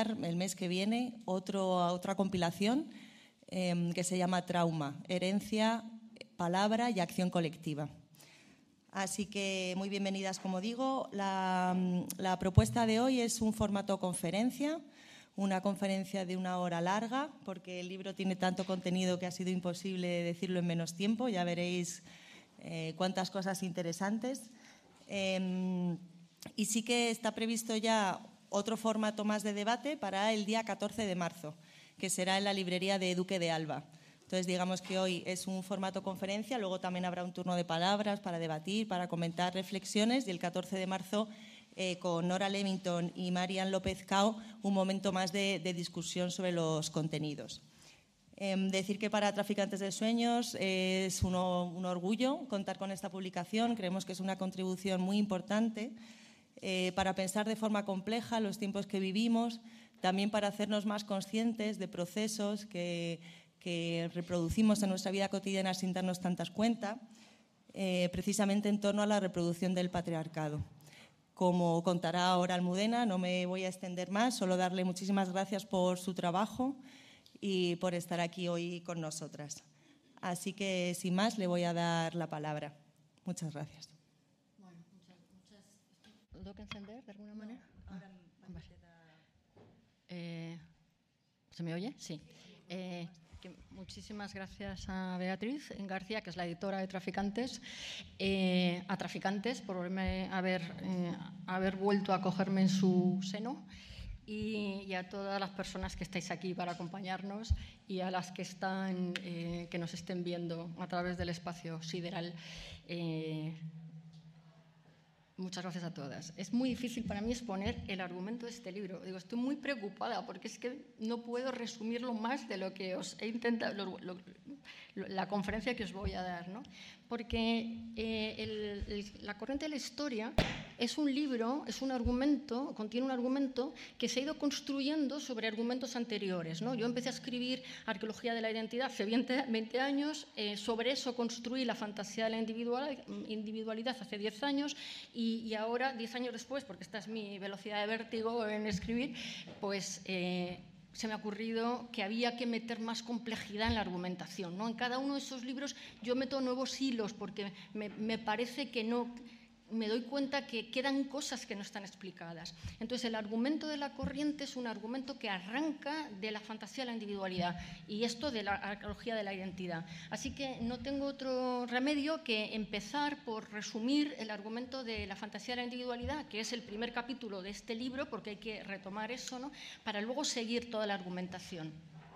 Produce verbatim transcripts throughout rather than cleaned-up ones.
el mes que viene otro, otra compilación eh, que se llama Trauma, Herencia, Palabra y Acción Colectiva. Así que muy bienvenidas, como digo. La, la propuesta de hoy es un formato conferencia, una conferencia de una hora larga, porque el libro tiene tanto contenido que ha sido imposible decirlo en menos tiempo. Ya veréis eh, cuántas cosas interesantes. Eh, y sí que está previsto ya otro formato más de debate para el día catorce de marzo, que será en la librería de Duque de Alba. Entonces, digamos que hoy es un formato conferencia, luego también habrá un turno de palabras para debatir, para comentar reflexiones, y el catorce de marzo, eh, con Nora Levington y Marian López Cao, un momento más de, de discusión sobre los contenidos. Eh, decir que para Traficantes de Sueños eh, es uno, un orgullo contar con esta publicación. Creemos que es una contribución muy importante eh, para pensar de forma compleja los tiempos que vivimos, también para hacernos más conscientes de procesos que que reproducimos en nuestra vida cotidiana sin darnos tantas cuenta, eh, precisamente en torno a la reproducción del patriarcado. Como contará ahora Almudena, no me voy a extender más, solo darle muchísimas gracias por su trabajo y por estar aquí hoy con nosotras. Así que, sin más, le voy a dar la palabra. Muchas gracias. Bueno, muchas, muchas... ¿Lo tengo que encender de alguna manera? No, ahora ah, vale. eh, ¿Se me oye? Sí. Eh, Muchísimas gracias a Beatriz García, que es la editora de Traficantes, eh, a Traficantes por haberme, haber, eh, haber vuelto a acogerme en su seno, y, y a todas las personas que estáis aquí para acompañarnos y a las que, están, eh, que nos estén viendo a través del espacio sideral. Eh, Muchas gracias a todas. Es muy difícil para mí exponer el argumento de este libro. Digo, estoy muy preocupada porque es que no puedo resumirlo más de lo que os he intentado, lo, lo, lo, la conferencia que os voy a dar, ¿no? Porque eh, el, el, La corriente de la historia es un libro, es un argumento, contiene un argumento que se ha ido construyendo sobre argumentos anteriores, ¿no? Yo empecé a escribir Arqueología de la Identidad hace veinte años, eh, sobre eso construí La fantasía de la individualidad hace diez años, y, y ahora, diez años después, porque esta es mi velocidad de vértigo en escribir, pues... Eh, se me ha ocurrido que había que meter más complejidad en la argumentación, ¿no? En cada uno de esos libros yo meto nuevos hilos porque me, me parece que no... me doy cuenta que quedan cosas que no están explicadas. Entonces, el argumento de la corriente es un argumento que arranca de la fantasía de la individualidad y esto de la arqueología de la identidad. Así que no tengo otro remedio que empezar por resumir el argumento de la fantasía de la individualidad, que es el primer capítulo de este libro, porque hay que retomar eso, ¿no? Para luego seguir toda la argumentación.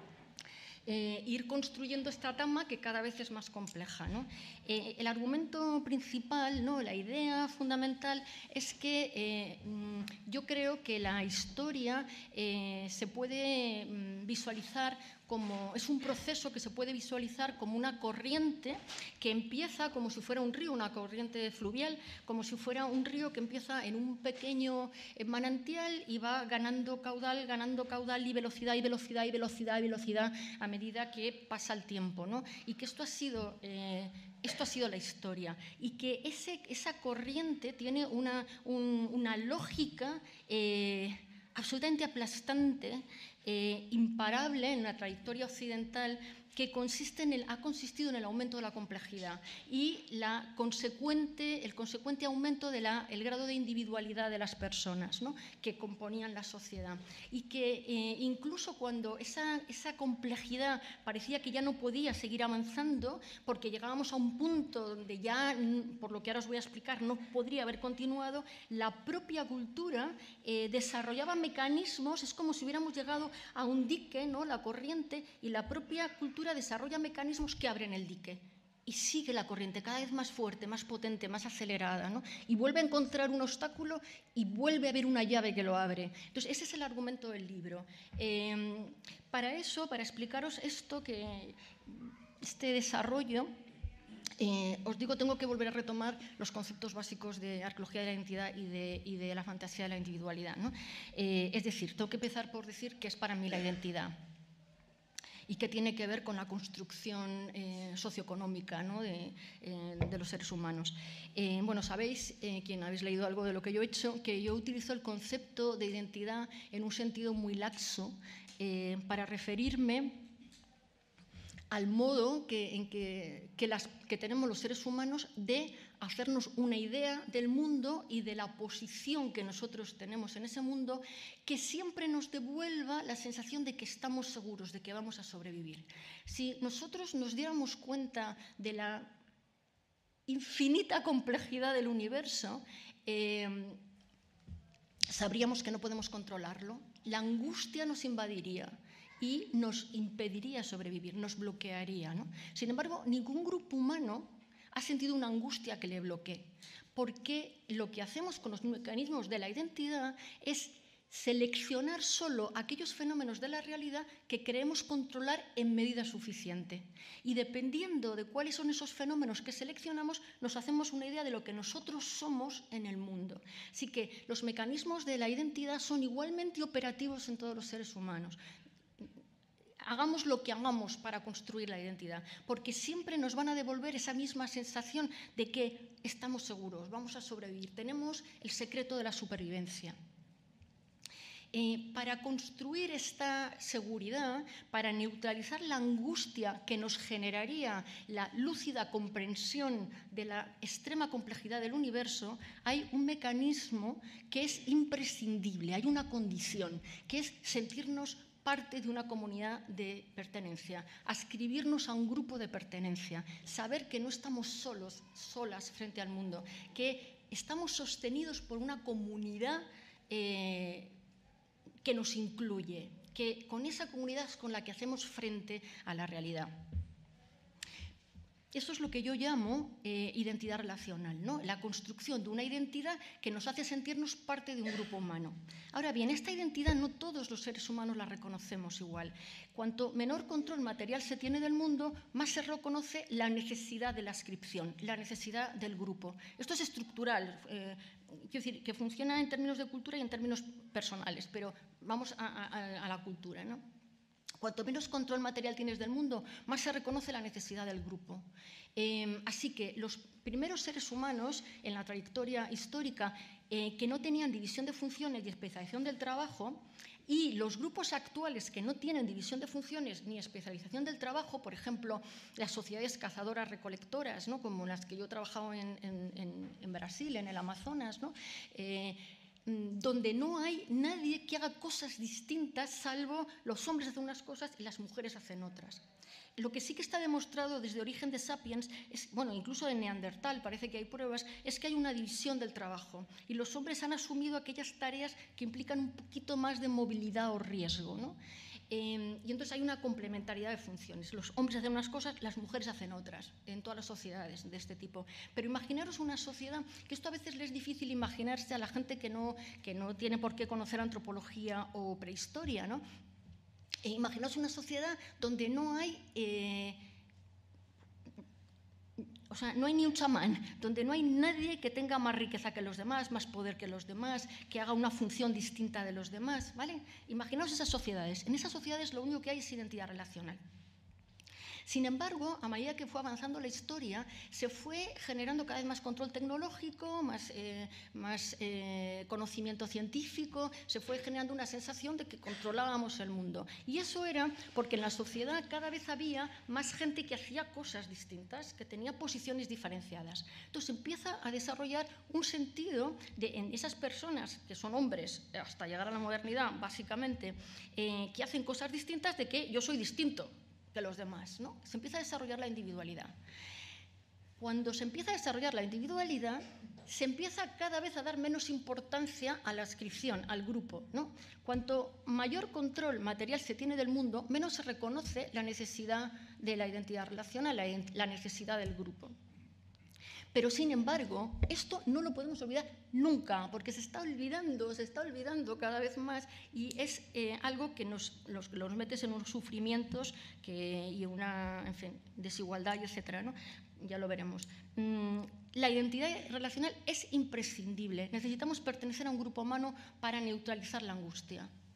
Eh, ir construyendo esta trama que cada vez es más compleja, ¿no? Eh, el argumento principal, ¿no? La idea fundamental es que eh, yo creo que la historia eh, se puede visualizar como, es un proceso que se puede visualizar como una corriente que empieza como si fuera un río, una corriente fluvial, como si fuera un río que empieza en un pequeño manantial y va ganando caudal, ganando caudal y velocidad y velocidad y velocidad y velocidad a medida que pasa el tiempo, ¿no? Y que esto ha sido... Eh, Esto ha sido la historia y que ese, esa corriente tiene una, un, una lógica eh, absolutamente aplastante, eh, imparable en la trayectoria occidental, que consiste en el, ha consistido en el aumento de la complejidad y la consecuente, el consecuente aumento del grado de individualidad de las personas, ¿no? Que componían la sociedad. Y que eh, incluso cuando esa, esa complejidad parecía que ya no podía seguir avanzando, porque llegábamos a un punto donde ya, por lo que ahora os voy a explicar, no podría haber continuado, la propia cultura eh, desarrollaba mecanismos, es como si hubiéramos llegado a un dique, ¿no? La corriente, y la propia cultura desarrolla mecanismos que abren el dique y sigue la corriente cada vez más fuerte, más potente, más acelerada, ¿no? Y vuelve a encontrar un obstáculo y vuelve a haber una llave que lo abre. Entonces, ese es el argumento del libro. Eh, para eso, para explicaros esto, que este desarrollo, eh, os digo, tengo que volver a retomar los conceptos básicos de arqueología de la identidad y de, y de la fantasía de la individualidad, ¿no? Eh, es decir, tengo que empezar por decir qué es para mí la identidad. y que tiene que ver con la construcción eh, socioeconómica, ¿no? de, eh, de los seres humanos. Eh, bueno, sabéis, eh, quien habéis leído algo de lo que yo he hecho, que yo utilizo el concepto de identidad en un sentido muy laxo eh, para referirme al modo que, en que, que, las, que tenemos los seres humanos de hacernos una idea del mundo y de la posición que nosotros tenemos en ese mundo, que siempre nos devuelva la sensación de que estamos seguros, de que vamos a sobrevivir. Si nosotros nos diéramos cuenta de la infinita complejidad del universo, eh, sabríamos que no podemos controlarlo, la angustia nos invadiría y nos impediría sobrevivir, nos bloquearía, ¿no? Sin embargo, ningún grupo humano ha sentido una angustia que le bloquee, porque lo que hacemos con los mecanismos de la identidad es seleccionar solo aquellos fenómenos de la realidad que creemos controlar en medida suficiente. Y dependiendo de cuáles son esos fenómenos que seleccionamos, nos hacemos una idea de lo que nosotros somos en el mundo. Así que los mecanismos de la identidad son igualmente operativos en todos los seres humanos. Hagamos lo que hagamos para construir la identidad, porque siempre nos van a devolver esa misma sensación de que estamos seguros, vamos a sobrevivir, tenemos el secreto de la supervivencia. Eh, para construir esta seguridad, para neutralizar la angustia que nos generaría la lúcida comprensión de la extrema complejidad del universo, hay un mecanismo que es imprescindible, hay una condición, que es sentirnos parte de una comunidad de pertenencia, adscribirnos a un grupo de pertenencia, saber que no estamos solos, solas frente al mundo, que estamos sostenidos por una comunidad eh, que nos incluye, que con esa comunidad es con la que hacemos frente a la realidad. Eso es lo que yo llamo eh, identidad relacional, ¿no? La construcción de una identidad que nos hace sentirnos parte de un grupo humano. Ahora bien, esta identidad no todos los seres humanos la reconocemos igual. Cuanto menor control material se tiene del mundo, más se reconoce la necesidad de la adscripción, la necesidad del grupo. Esto es estructural, eh, quiero decir, que funciona en términos de cultura y en términos personales, pero vamos a, a, a la cultura, ¿no? Cuanto menos control material tienes del mundo, más se reconoce la necesidad del grupo. Eh, así que los primeros seres humanos en la trayectoria histórica eh, que no tenían división de funciones y especialización del trabajo, y los grupos actuales que no tienen división de funciones ni especialización del trabajo, por ejemplo, las sociedades cazadoras-recolectoras, ¿no? Como las que yo he trabajado en, en, en Brasil, en el Amazonas, ¿no? Eh, donde no hay nadie que haga cosas distintas, salvo los hombres hacen unas cosas y las mujeres hacen otras. Lo que sí que está demostrado desde Origen de Sapiens, es, bueno, incluso en Neandertal parece que hay pruebas, es que hay una división del trabajo y los hombres han asumido aquellas tareas que implican un poquito más de movilidad o riesgo, ¿no? Eh, y entonces hay una complementariedad de funciones. Los hombres hacen unas cosas, las mujeres hacen otras, en todas las sociedades de este tipo. Pero imaginaros una sociedad, que esto a veces les es difícil imaginarse a la gente que no, que no tiene por qué conocer antropología o prehistoria, ¿no? E imaginaos una sociedad donde no hay... Eh, O sea, no hay ni un chamán, donde no hay nadie que tenga más riqueza que los demás, más poder que los demás, que haga una función distinta de los demás, ¿vale? Imaginaos esas sociedades. En esas sociedades lo único que hay es identidad relacional. Sin embargo, a medida que fue avanzando la historia, se fue generando cada vez más control tecnológico, más, eh, más eh, conocimiento científico, se fue generando una sensación de que controlábamos el mundo. Y eso era porque en la sociedad cada vez había más gente que hacía cosas distintas, que tenía posiciones diferenciadas. Entonces empieza a desarrollar un sentido de, en esas personas, que son hombres hasta llegar a la modernidad, básicamente, eh, que hacen cosas distintas, de que yo soy distinto que los demás, ¿no? Se empieza a desarrollar la individualidad. Cuando se empieza a desarrollar la individualidad, se empieza cada vez a dar menos importancia a la adscripción, al grupo, ¿no? Cuanto mayor control material se tiene del mundo, menos se reconoce la necesidad de la identidad relacional, la necesidad del grupo. Pero, sin embargo, esto no lo podemos olvidar nunca, porque se está olvidando, se está olvidando cada vez más y es eh, algo que nos los, los metes en unos sufrimientos que, y una, en fin, desigualdad, etcétera, ¿no? Ya lo veremos. Mm, la identidad relacional es imprescindible. Necesitamos pertenecer a un grupo humano para neutralizar la angustia.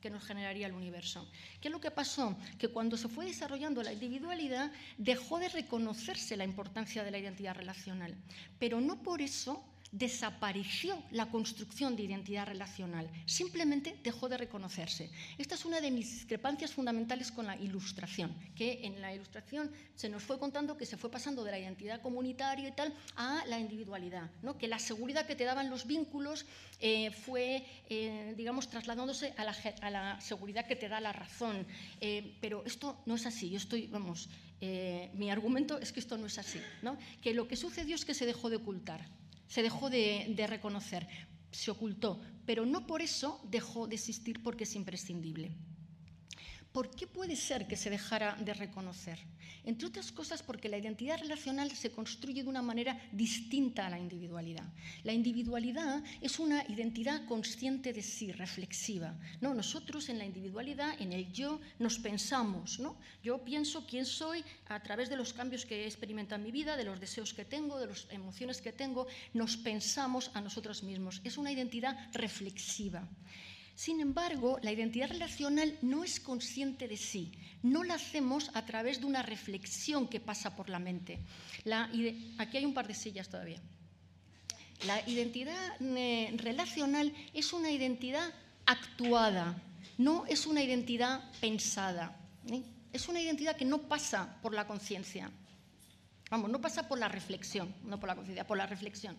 que nos generaría el universo. ¿Qué es lo que pasó? Que cuando se fue desarrollando la individualidad, dejó de reconocerse la importancia de la identidad relacional, pero no por eso desapareció la construcción de identidad relacional, simplemente dejó de reconocerse. Esta es una de mis discrepancias fundamentales con la Ilustración, que en la Ilustración se nos fue contando que se fue pasando de la identidad comunitaria y tal a la individualidad, ¿no? Que la seguridad que te daban los vínculos eh, fue, eh, digamos, trasladándose a la, a la seguridad que te da la razón. Eh, pero esto no es así. Yo estoy, vamos, eh, mi argumento es que esto no es así, ¿no? Que lo que sucedió es que se dejó de ocultar. Se dejó de, de reconocer, se ocultó, pero no por eso dejó de existir porque es imprescindible. ¿Por qué puede ser que se dejara de reconocer? Entre otras cosas porque la identidad relacional se construye de una manera distinta a la individualidad. La individualidad es una identidad consciente de sí, reflexiva, ¿no? Nosotros en la individualidad, en el yo, nos pensamos, ¿no? Yo pienso quién soy a través de los cambios que he experimentado en mi vida, de los deseos que tengo, de las emociones que tengo, nos pensamos a nosotros mismos. Es una identidad reflexiva. Sin embargo, la identidad relacional no es consciente de sí, no la hacemos a través de una reflexión que pasa por la mente. La, aquí hay un par de sillas todavía. La identidad eh, relacional es una identidad actuada, no es una identidad pensada, ¿eh? Es una identidad que no pasa por la conciencia, vamos, no pasa por la reflexión, no por la conciencia, por la reflexión.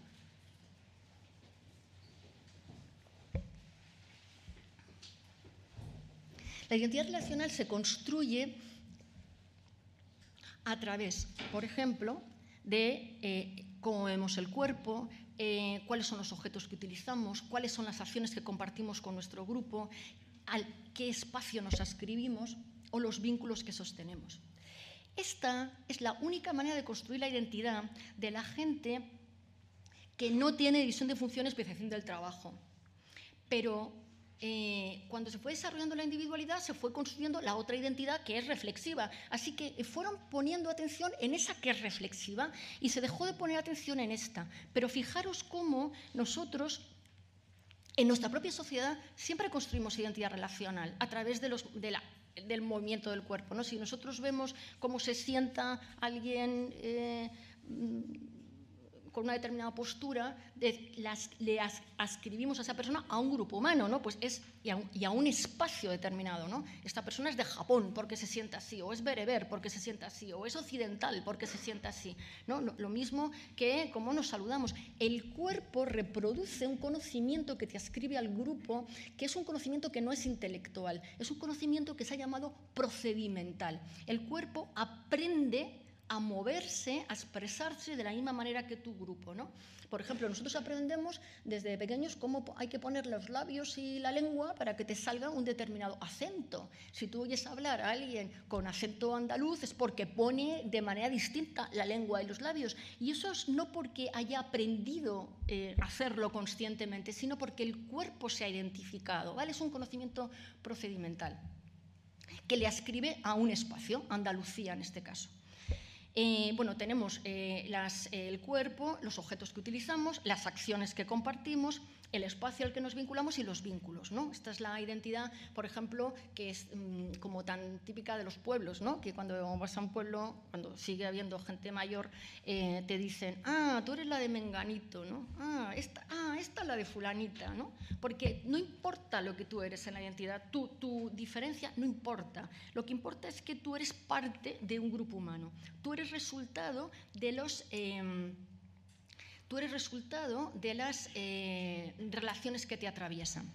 La identidad relacional se construye a través, por ejemplo, de eh, cómo vemos el cuerpo, eh, cuáles son los objetos que utilizamos, cuáles son las acciones que compartimos con nuestro grupo, al qué espacio nos ascribimos o los vínculos que sostenemos. Esta es la única manera de construir la identidad de la gente que no tiene división de funciones, especialización del trabajo. Pero Eh, cuando se fue desarrollando la individualidad, se fue construyendo la otra identidad que es reflexiva. Así que fueron poniendo atención en esa que es reflexiva y se dejó de poner atención en esta. Pero fijaros cómo nosotros, en nuestra propia sociedad, siempre construimos identidad relacional a través de los, de la, del movimiento del cuerpo, ¿no? Si nosotros vemos cómo se sienta alguien Eh, con una determinada postura, de, las, le as, ascribimos a esa persona a un grupo humano, ¿no? Pues es, y, a un, y a un espacio determinado, ¿no? Esta persona es de Japón porque se sienta así, o es bereber porque se sienta así, o es occidental porque se sienta así, ¿no? Lo, lo mismo que cómo nos saludamos. El cuerpo reproduce un conocimiento que te ascribe al grupo, que es un conocimiento que no es intelectual, es un conocimiento que se ha llamado procedimental. El cuerpo aprende a moverse, a expresarse de la misma manera que tu grupo, ¿no? Por ejemplo, nosotros aprendemos desde pequeños cómo hay que poner los labios y la lengua para que te salga un determinado acento. Si tú oyes hablar a alguien con acento andaluz es porque pone de manera distinta la lengua y los labios. Y eso es no porque haya aprendido eh, hacerlo conscientemente, sino porque el cuerpo se ha identificado, ¿vale? Es un conocimiento procedimental que le ascribe a un espacio, Andalucía en este caso. Eh, bueno, tenemos eh, las, eh, el cuerpo, los objetos que utilizamos, las acciones que compartimos, el espacio al que nos vinculamos y los vínculos, ¿no? Esta es la identidad, por ejemplo, que es mmm, como tan típica de los pueblos, ¿no? Que cuando vas a un pueblo, cuando sigue habiendo gente mayor, eh, te dicen, ah, tú eres la de Menganito, ¿no? Ah esta, ah, esta es la de Fulanita, ¿no? Porque no importa lo que tú eres en la identidad, tu, tu diferencia no importa. Lo que importa es que tú eres parte de un grupo humano. Tú eres resultado de los... Eh, Tú eres resultado de las eh, relaciones que te atraviesan.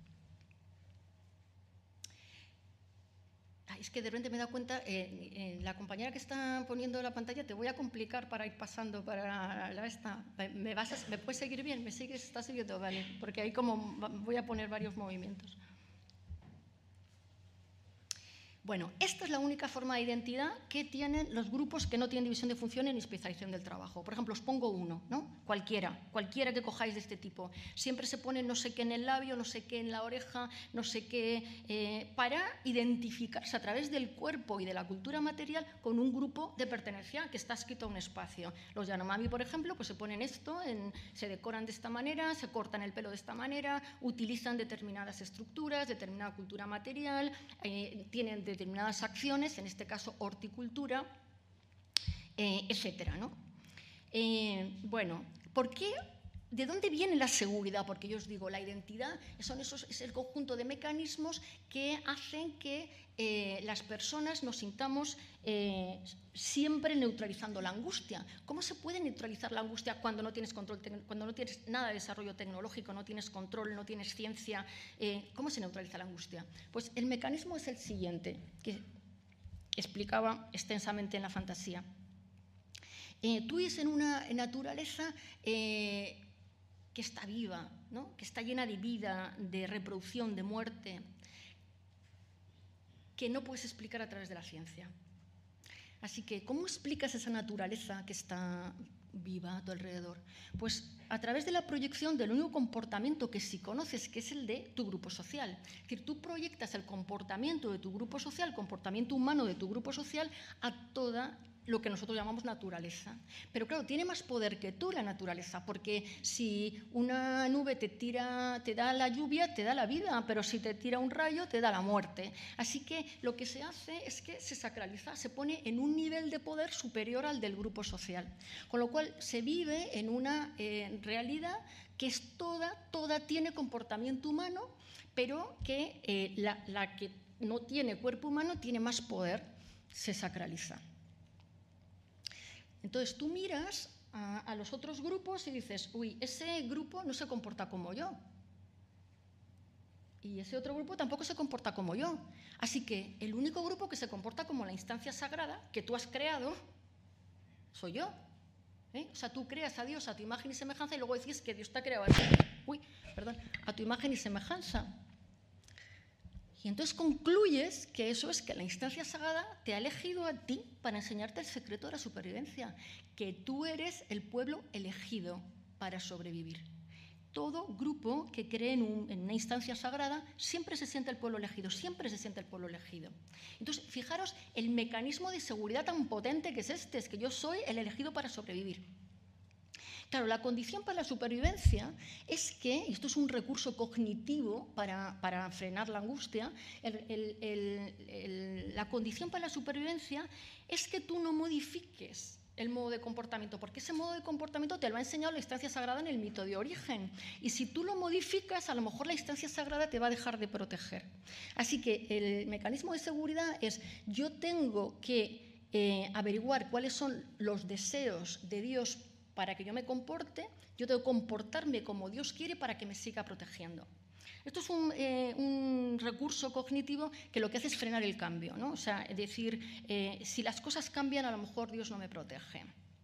Ay, es que de repente me he dado cuenta, eh, eh, la compañera que está poniendo la pantalla, te voy a complicar para ir pasando para la esta. ¿Me, vas a, ¿me puedes seguir bien? ¿Me sigues? ¿Estás siguiendo? Vale, porque ahí como voy a poner varios movimientos. Bueno, esta es la única forma de identidad que tienen los grupos que no tienen división de funciones ni especialización del trabajo. Por ejemplo, os pongo uno, ¿no? Cualquiera, cualquiera que cojáis de este tipo. Siempre se pone no sé qué en el labio, no sé qué en la oreja, no sé qué, eh, para identificarse a través del cuerpo y de la cultura material con un grupo de pertenencia que está adscrito a un espacio. Los Yanomami, por ejemplo, pues se ponen esto, en, se decoran de esta manera, se cortan el pelo de esta manera, utilizan determinadas estructuras, determinada cultura material, eh, tienen de determinadas acciones, en este caso horticultura, eh, etcétera, ¿no? Eh, bueno, ¿por qué? ¿De dónde viene la seguridad? Porque yo os digo, la identidad son esos, es el conjunto de mecanismos que hacen que eh, las personas nos sintamos eh, siempre neutralizando la angustia. ¿Cómo se puede neutralizar la angustia cuando no tienes control, cuando no tienes nada de desarrollo tecnológico, no tienes control, no tienes ciencia? Eh, ¿Cómo se neutraliza la angustia? Pues el mecanismo es el siguiente, que explicaba extensamente en la fantasía. Eh, tú vives en una naturaleza eh, que está viva, ¿no? Que está llena de vida, de reproducción, de muerte, que no puedes explicar a través de la ciencia. Así que, ¿cómo explicas esa naturaleza que está viva a tu alrededor? Pues a través de la proyección del único comportamiento que sí conoces, que es el de tu grupo social. Es decir, tú proyectas el comportamiento de tu grupo social, el comportamiento humano de tu grupo social a toda lo que nosotros llamamos naturaleza. Pero claro, tiene más poder que tú la naturaleza, porque si una nube te tira, te da la lluvia, te da la vida, pero si te tira un rayo, te da la muerte. Así que lo que se hace es que se sacraliza, se pone en un nivel de poder superior al del grupo social. Con lo cual se vive en una eh, realidad que es toda, toda tiene comportamiento humano, pero que eh, la, la que no tiene cuerpo humano tiene más poder, se sacraliza. Entonces tú miras a, a los otros grupos y dices, uy, ese grupo no se comporta como yo. Y ese otro grupo tampoco se comporta como yo. Así que el único grupo que se comporta como la instancia sagrada que tú has creado soy yo. ¿Eh? O sea, tú creas a Dios a tu imagen y semejanza y luego dices que Dios te ha creado a ti. Uy, perdón, a tu imagen y semejanza. Y entonces concluyes que eso es que la instancia sagrada te ha elegido a ti para enseñarte el secreto de la supervivencia, que tú eres el pueblo elegido para sobrevivir. Todo grupo que cree en, un, en una instancia sagrada siempre se siente el pueblo elegido, siempre se siente el pueblo elegido. Entonces, fijaros el mecanismo de seguridad tan potente que es este, es que yo soy el elegido para sobrevivir. Claro, la condición para la supervivencia es que, y esto es un recurso cognitivo para, para frenar la angustia, el, el, el, el, la condición para la supervivencia es que tú no modifiques el modo de comportamiento, porque ese modo de comportamiento te lo ha enseñado la instancia sagrada en el mito de origen. Y si tú lo modificas, a lo mejor la instancia sagrada te va a dejar de proteger. Así que el mecanismo de seguridad es, yo tengo que eh, averiguar cuáles son los deseos de Dios para que yo me comporte, yo tengo que comportarme como Dios quiere para que me siga protegiendo. Esto es un, eh, un recurso cognitivo que lo que hace es frenar el cambio, ¿no? O sea, es decir, eh, si las cosas cambian, a lo mejor Dios no me protege.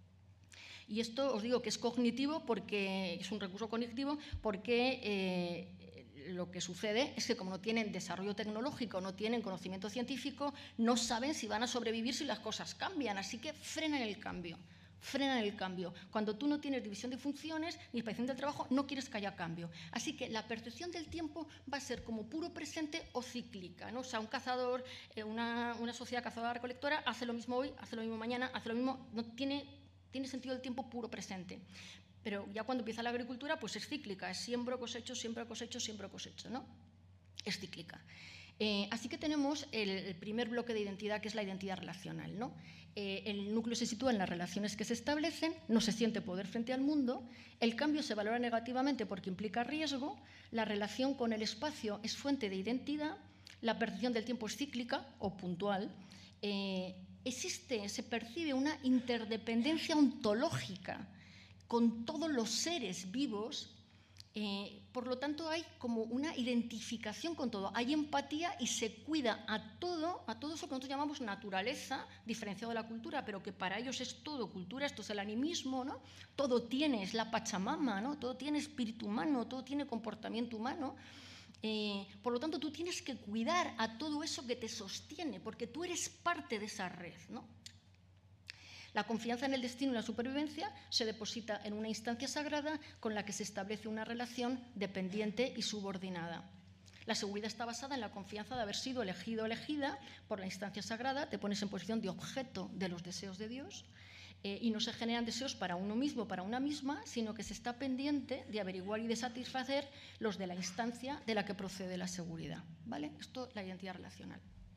Y esto os digo que es cognitivo, porque es un recurso cognitivo, porque eh, lo que sucede es que como no tienen desarrollo tecnológico, no tienen conocimiento científico, no saben si van a sobrevivir si las cosas cambian, así que frenan el cambio. frenan el cambio. Cuando tú no tienes división de funciones ni especialización del trabajo, no quieres que haya cambio. Así que la percepción del tiempo va a ser como puro presente o cíclica, ¿no? O sea, un cazador, eh, una, una sociedad cazadora-recolectora hace lo mismo hoy, hace lo mismo mañana, hace lo mismo, no tiene, tiene sentido el tiempo puro presente. Pero ya cuando empieza la agricultura, pues es cíclica, es siembro, cosecho, siembro, cosecho, siembro, cosecho, ¿no? Es cíclica. Eh, así que tenemos el, el primer bloque de identidad, que es la identidad relacional, ¿no? Eh, el núcleo se sitúa en las relaciones que se establecen, no se siente poder frente al mundo, el cambio se valora negativamente porque implica riesgo, la relación con el espacio es fuente de identidad, la percepción del tiempo es cíclica o puntual, eh, existe, se percibe una interdependencia ontológica con todos los seres vivos. Eh, por lo tanto, hay como una identificación con todo, hay empatía y se cuida a todo, a todo eso que nosotros llamamos naturaleza, diferenciado de la cultura, pero que para ellos es todo cultura, esto es el animismo, ¿no? Todo tiene, es la Pachamama, ¿no? Todo tiene espíritu humano, todo tiene comportamiento humano. Eh, por lo tanto, tú tienes que cuidar a todo eso que te sostiene, porque tú eres parte de esa red, ¿no? La confianza en el destino y la supervivencia se deposita en una instancia sagrada con la que se establece una relación dependiente y subordinada. La seguridad está basada en la confianza de haber sido elegido o elegida por la instancia sagrada, te pones en posición de objeto de los deseos de Dios, eh, y no se generan deseos para uno mismo, para una misma, sino que se está pendiente de averiguar y de satisfacer los de la instancia de la que procede la seguridad, ¿vale? Esto es la identidad relacional.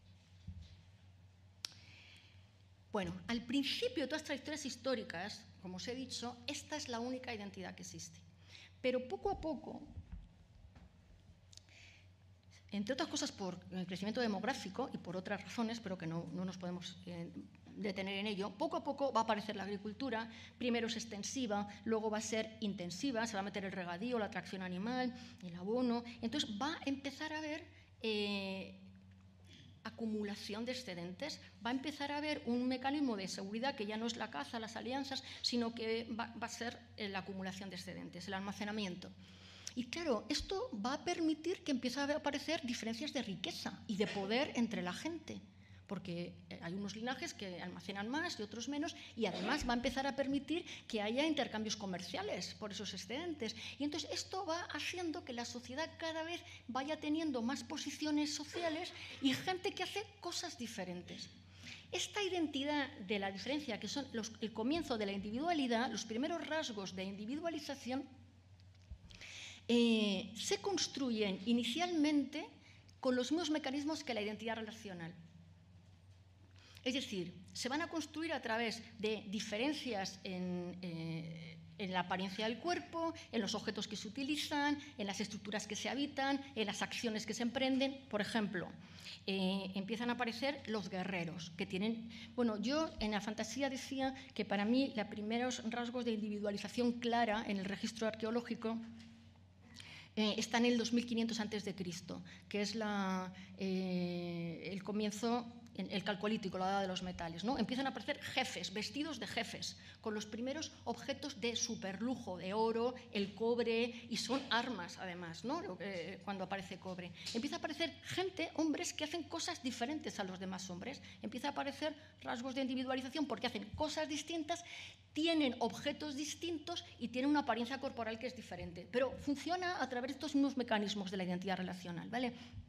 Bueno, al principio de todas las trayectorias históricas, como os he dicho, esta es la única identidad que existe. Pero poco a poco, entre otras cosas por el crecimiento demográfico y por otras razones, pero que no, no nos podemos eh, detener en ello, poco a poco va a aparecer la agricultura. Primero es extensiva, luego va a ser intensiva, se va a meter el regadío, la tracción animal, el abono. Entonces va a empezar a haber eh, acumulación de excedentes, va a empezar a haber un mecanismo de seguridad que ya no es la caza, las alianzas, sino que va, va a ser la acumulación de excedentes, el almacenamiento. Y claro, esto va a permitir que empiecen a aparecer diferencias de riqueza y de poder entre la gente, porque hay unos linajes que almacenan más y otros menos, y además va a empezar a permitir que haya intercambios comerciales por esos excedentes. Y entonces esto va haciendo que la sociedad cada vez vaya teniendo más posiciones sociales y gente que hace cosas diferentes. Esta identidad de la diferencia, que son los, el comienzo de la individualidad, los primeros rasgos de individualización, eh, se construyen inicialmente con los mismos mecanismos que la identidad relacional. Es decir, se van a construir a través de diferencias en, eh, en la apariencia del cuerpo, en los objetos que se utilizan, en las estructuras que se habitan, en las acciones que se emprenden. Por ejemplo, eh, empiezan a aparecer los guerreros, que tienen... Bueno, yo en la fantasía decía que para mí los primeros rasgos de individualización clara en el registro arqueológico eh, está en el dos mil quinientos antes de Cristo, que es la, eh, el comienzo... el calcolítico, la edad de los metales, ¿no? Empiezan a aparecer jefes, vestidos de jefes, con los primeros objetos de superlujo, de oro, el cobre, y son armas, además, ¿no? Eh, cuando aparece cobre. Empieza a aparecer gente, hombres, que hacen cosas diferentes a los demás hombres. Empieza a aparecer rasgos de individualización porque hacen cosas distintas, tienen objetos distintos y tienen una apariencia corporal que es diferente. Pero funciona a través de estos mismos mecanismos de la identidad relacional, ¿vale?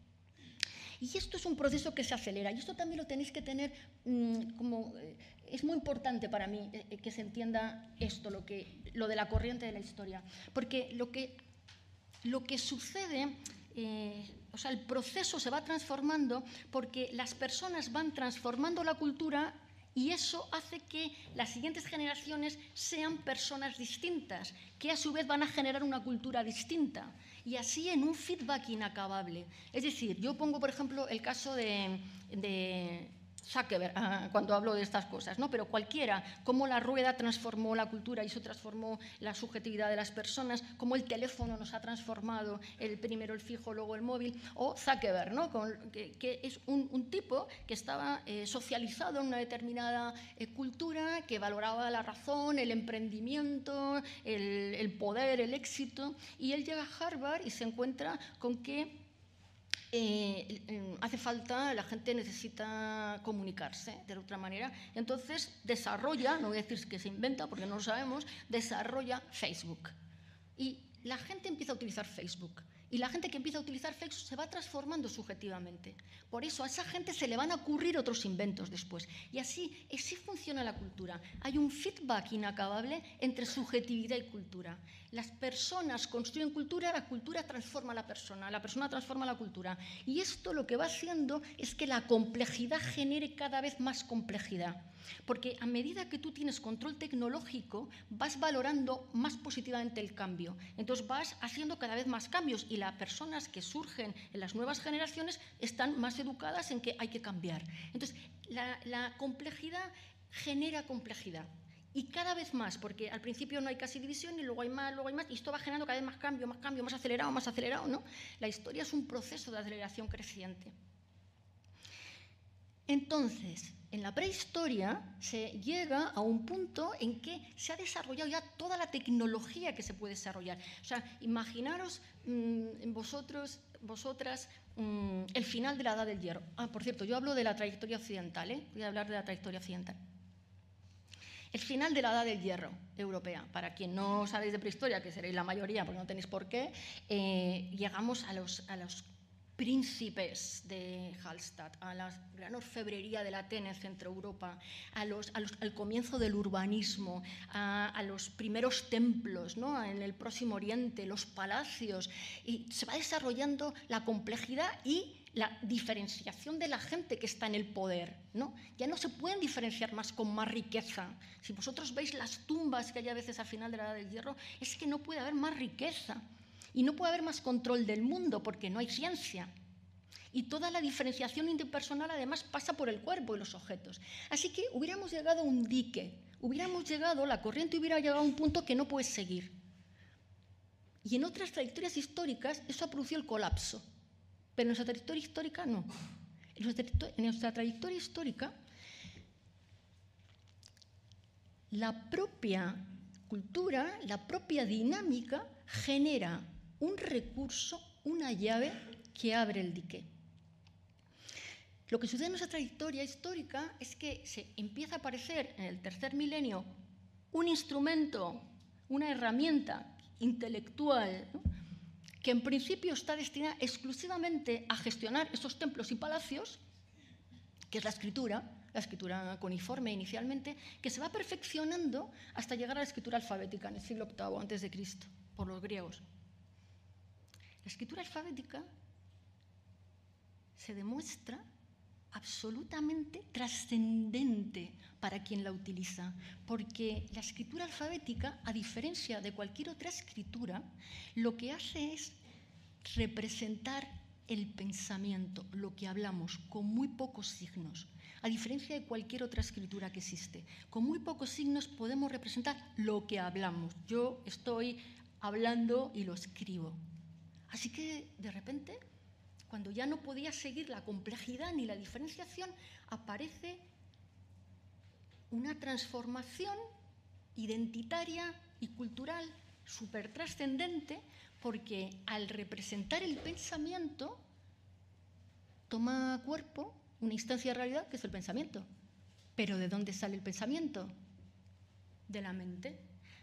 Y esto es un proceso que se acelera, y esto también lo tenéis que tener mmm, como... Eh, es muy importante para mí eh, que se entienda esto, lo, que, lo de la corriente de la historia, porque lo que, lo que sucede, eh, o sea, el proceso se va transformando porque las personas van transformando la cultura y eso hace que las siguientes generaciones sean personas distintas, que a su vez van a generar una cultura distinta. Y así en un feedback inacabable. Es decir, yo pongo, por ejemplo, el caso de, de Zuckerberg, cuando hablo de estas cosas, ¿no? Pero cualquiera, cómo la rueda transformó la cultura y eso transformó la subjetividad de las personas, cómo el teléfono nos ha transformado, el primero el fijo, luego el móvil, o Zuckerberg, ¿no? Con, que, que es un, un tipo que estaba eh, socializado en una determinada eh, cultura, que valoraba la razón, el emprendimiento, el, el poder, el éxito, y él llega a Harvard y se encuentra con que Eh, eh, hace falta, la gente necesita comunicarse de otra manera, entonces desarrolla, no voy a decir que se inventa porque no lo sabemos, desarrolla Facebook. Y la gente empieza a utilizar Facebook. Y la gente que empieza a utilizar Facebook se va transformando subjetivamente. Por eso a esa gente se le van a ocurrir otros inventos después. Y así, así funciona la cultura. Hay un feedback inacabable entre subjetividad y cultura. Las personas construyen cultura, la cultura transforma a la persona, la persona transforma a la cultura. Y esto lo que va haciendo es que la complejidad genere cada vez más complejidad. Porque a medida que tú tienes control tecnológico, vas valorando más positivamente el cambio. Entonces vas haciendo cada vez más cambios y las personas que surgen en las nuevas generaciones están más educadas en que hay que cambiar. Entonces, la, la complejidad genera complejidad. Y cada vez más, porque al principio no hay casi división y luego hay más, luego hay más, y esto va generando cada vez más cambio, más cambio, más acelerado, más acelerado, ¿no? La historia es un proceso de aceleración creciente. Entonces, en la prehistoria se llega a un punto en que se ha desarrollado ya toda la tecnología que se puede desarrollar. O sea, imaginaros mmm, vosotros, vosotras, mmm, el final de la Edad del Hierro. Ah, por cierto, yo hablo de la trayectoria occidental, ¿eh? Voy a hablar de la trayectoria occidental. El final de la Edad del Hierro europea. Para quien no sabéis de prehistoria, que seréis la mayoría, porque no tenéis por qué, eh, llegamos a los, a los príncipes de Hallstatt, a la gran orfebrería de la Atene en Centro Europa, a los, a los, al comienzo del urbanismo, a, a los primeros templos, ¿no? En el Próximo Oriente, los palacios, y se va desarrollando la complejidad y la diferenciación de la gente que está en el poder, ¿no? Ya no se pueden diferenciar más con más riqueza. Si vosotros veis las tumbas que hay a veces al final de la Edad del Hierro, es que no puede haber más riqueza y no puede haber más control del mundo porque no hay ciencia. Y toda la diferenciación interpersonal además pasa por el cuerpo y los objetos. Así que hubiéramos llegado a un dique, hubiéramos llegado, la corriente hubiera llegado a un punto que no puedes seguir. Y en otras trayectorias históricas eso ha producido el colapso. Pero en nuestra trayectoria histórica no. En nuestra, en nuestra trayectoria histórica, la propia cultura, la propia dinámica genera un recurso, una llave que abre el dique. Lo que sucede en nuestra trayectoria histórica es que se empieza a aparecer en el tercer milenio un instrumento, una herramienta intelectual, ¿no? Que en principio está destinada exclusivamente a gestionar esos templos y palacios, que es la escritura, la escritura cuneiforme inicialmente, que se va perfeccionando hasta llegar a la escritura alfabética en el siglo octavo antes de Cristo, por los griegos. La escritura alfabética se demuestra absolutamente trascendente para quien la utiliza, porque la escritura alfabética, a diferencia de cualquier otra escritura, lo que hace es representar el pensamiento, lo que hablamos, con muy pocos signos. A diferencia de cualquier otra escritura que existe, con muy pocos signos podemos representar lo que hablamos. Yo estoy hablando y lo escribo. Así que, de repente, cuando ya no podía seguir la complejidad ni la diferenciación, aparece una transformación identitaria y cultural súper trascendente, porque al representar el pensamiento toma cuerpo una instancia de realidad que es el pensamiento. ¿Pero de dónde sale el pensamiento? De la mente.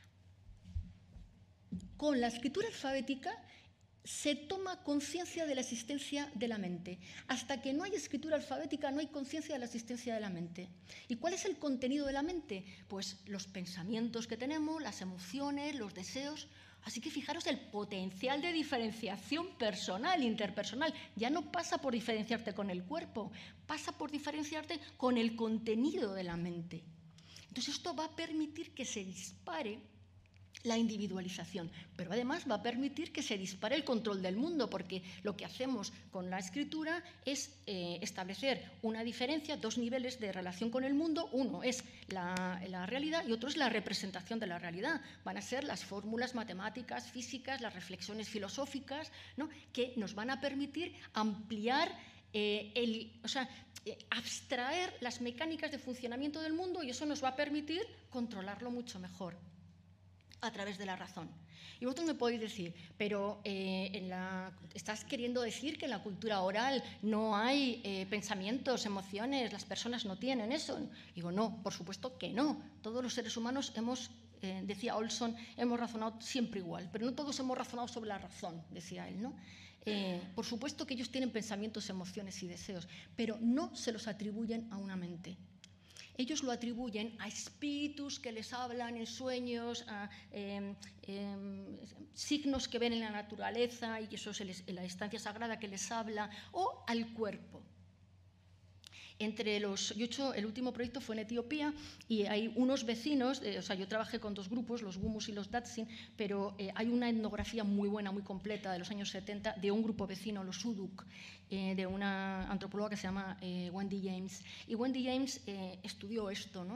Con la escritura alfabética se toma conciencia de la existencia de la mente. Hasta que no hay escritura alfabética no hay conciencia de la existencia de la mente. ¿Y cuál es el contenido de la mente? Pues los pensamientos que tenemos, las emociones, los deseos. Así que fijaros el potencial de diferenciación personal, interpersonal. Ya no pasa por diferenciarte con el cuerpo, pasa por diferenciarte con el contenido de la mente. Entonces esto va a permitir que se dispare la individualización, pero además va a permitir que se dispare el control del mundo, porque lo que hacemos con la escritura es eh, establecer una diferencia, dos niveles de relación con el mundo. Uno es la, la realidad y otro es la representación de la realidad. Van a ser las fórmulas matemáticas, físicas, las reflexiones filosóficas, ¿no?, que nos van a permitir ampliar eh, el, o sea, eh, abstraer las mecánicas de funcionamiento del mundo, y eso nos va a permitir controlarlo mucho mejor a través de la razón. Y vosotros me podéis decir, pero eh, en la, ¿estás queriendo decir que en la cultura oral no hay eh, pensamientos, emociones, las personas no tienen eso? Digo, no, por supuesto que no. Todos los seres humanos hemos, eh, decía Olson, hemos razonado siempre igual, pero no todos hemos razonado sobre la razón, decía él, ¿no? Eh, por supuesto que ellos tienen pensamientos, emociones y deseos, pero no se los atribuyen a una mente. Ellos lo atribuyen a espíritus que les hablan en sueños, a eh, eh, signos que ven en la naturaleza, y eso es la estancia sagrada que les habla, o al cuerpo. Entre los, yo he hecho, el último proyecto fue en Etiopía, y hay unos vecinos, eh, o sea, yo trabajé con dos grupos, los Wumus y los Datsin, pero eh, hay una etnografía muy buena, muy completa de los años setenta de un grupo vecino, los Uduk, eh, de una antropóloga que se llama eh, Wendy James. Y Wendy James eh, estudió esto, ¿no?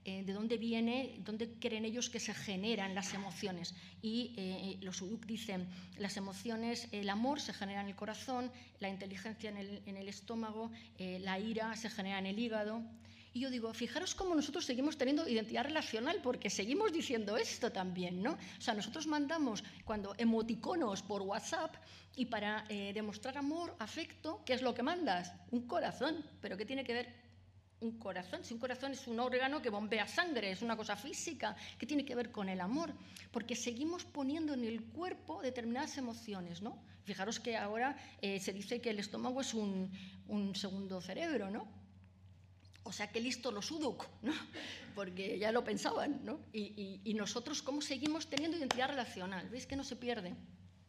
eh, de dónde viene, dónde creen ellos que se generan las emociones. Y eh, los Uduk dicen, las emociones, el amor se genera en el corazón, la inteligencia en el, en el estómago, eh, la ira se genera en el hígado. Y yo digo, fijaros cómo nosotros seguimos teniendo identidad relacional, porque seguimos diciendo esto también, ¿no? O sea, nosotros mandamos cuando emoticonos por WhatsApp y para eh, demostrar amor, afecto, ¿qué es lo que mandas? Un corazón. ¿Pero qué tiene que ver un corazón? Si un corazón es un órgano que bombea sangre, es una cosa física, ¿qué tiene que ver con el amor? Porque seguimos poniendo en el cuerpo determinadas emociones, ¿no? Fijaros que ahora eh, se dice que el estómago es un, un segundo cerebro, ¿no? O sea, que listo los Uduk, ¿no? Porque ya lo pensaban, ¿no? Y, y, y nosotros, ¿cómo seguimos teniendo identidad relacional? ¿Veis que no se pierde?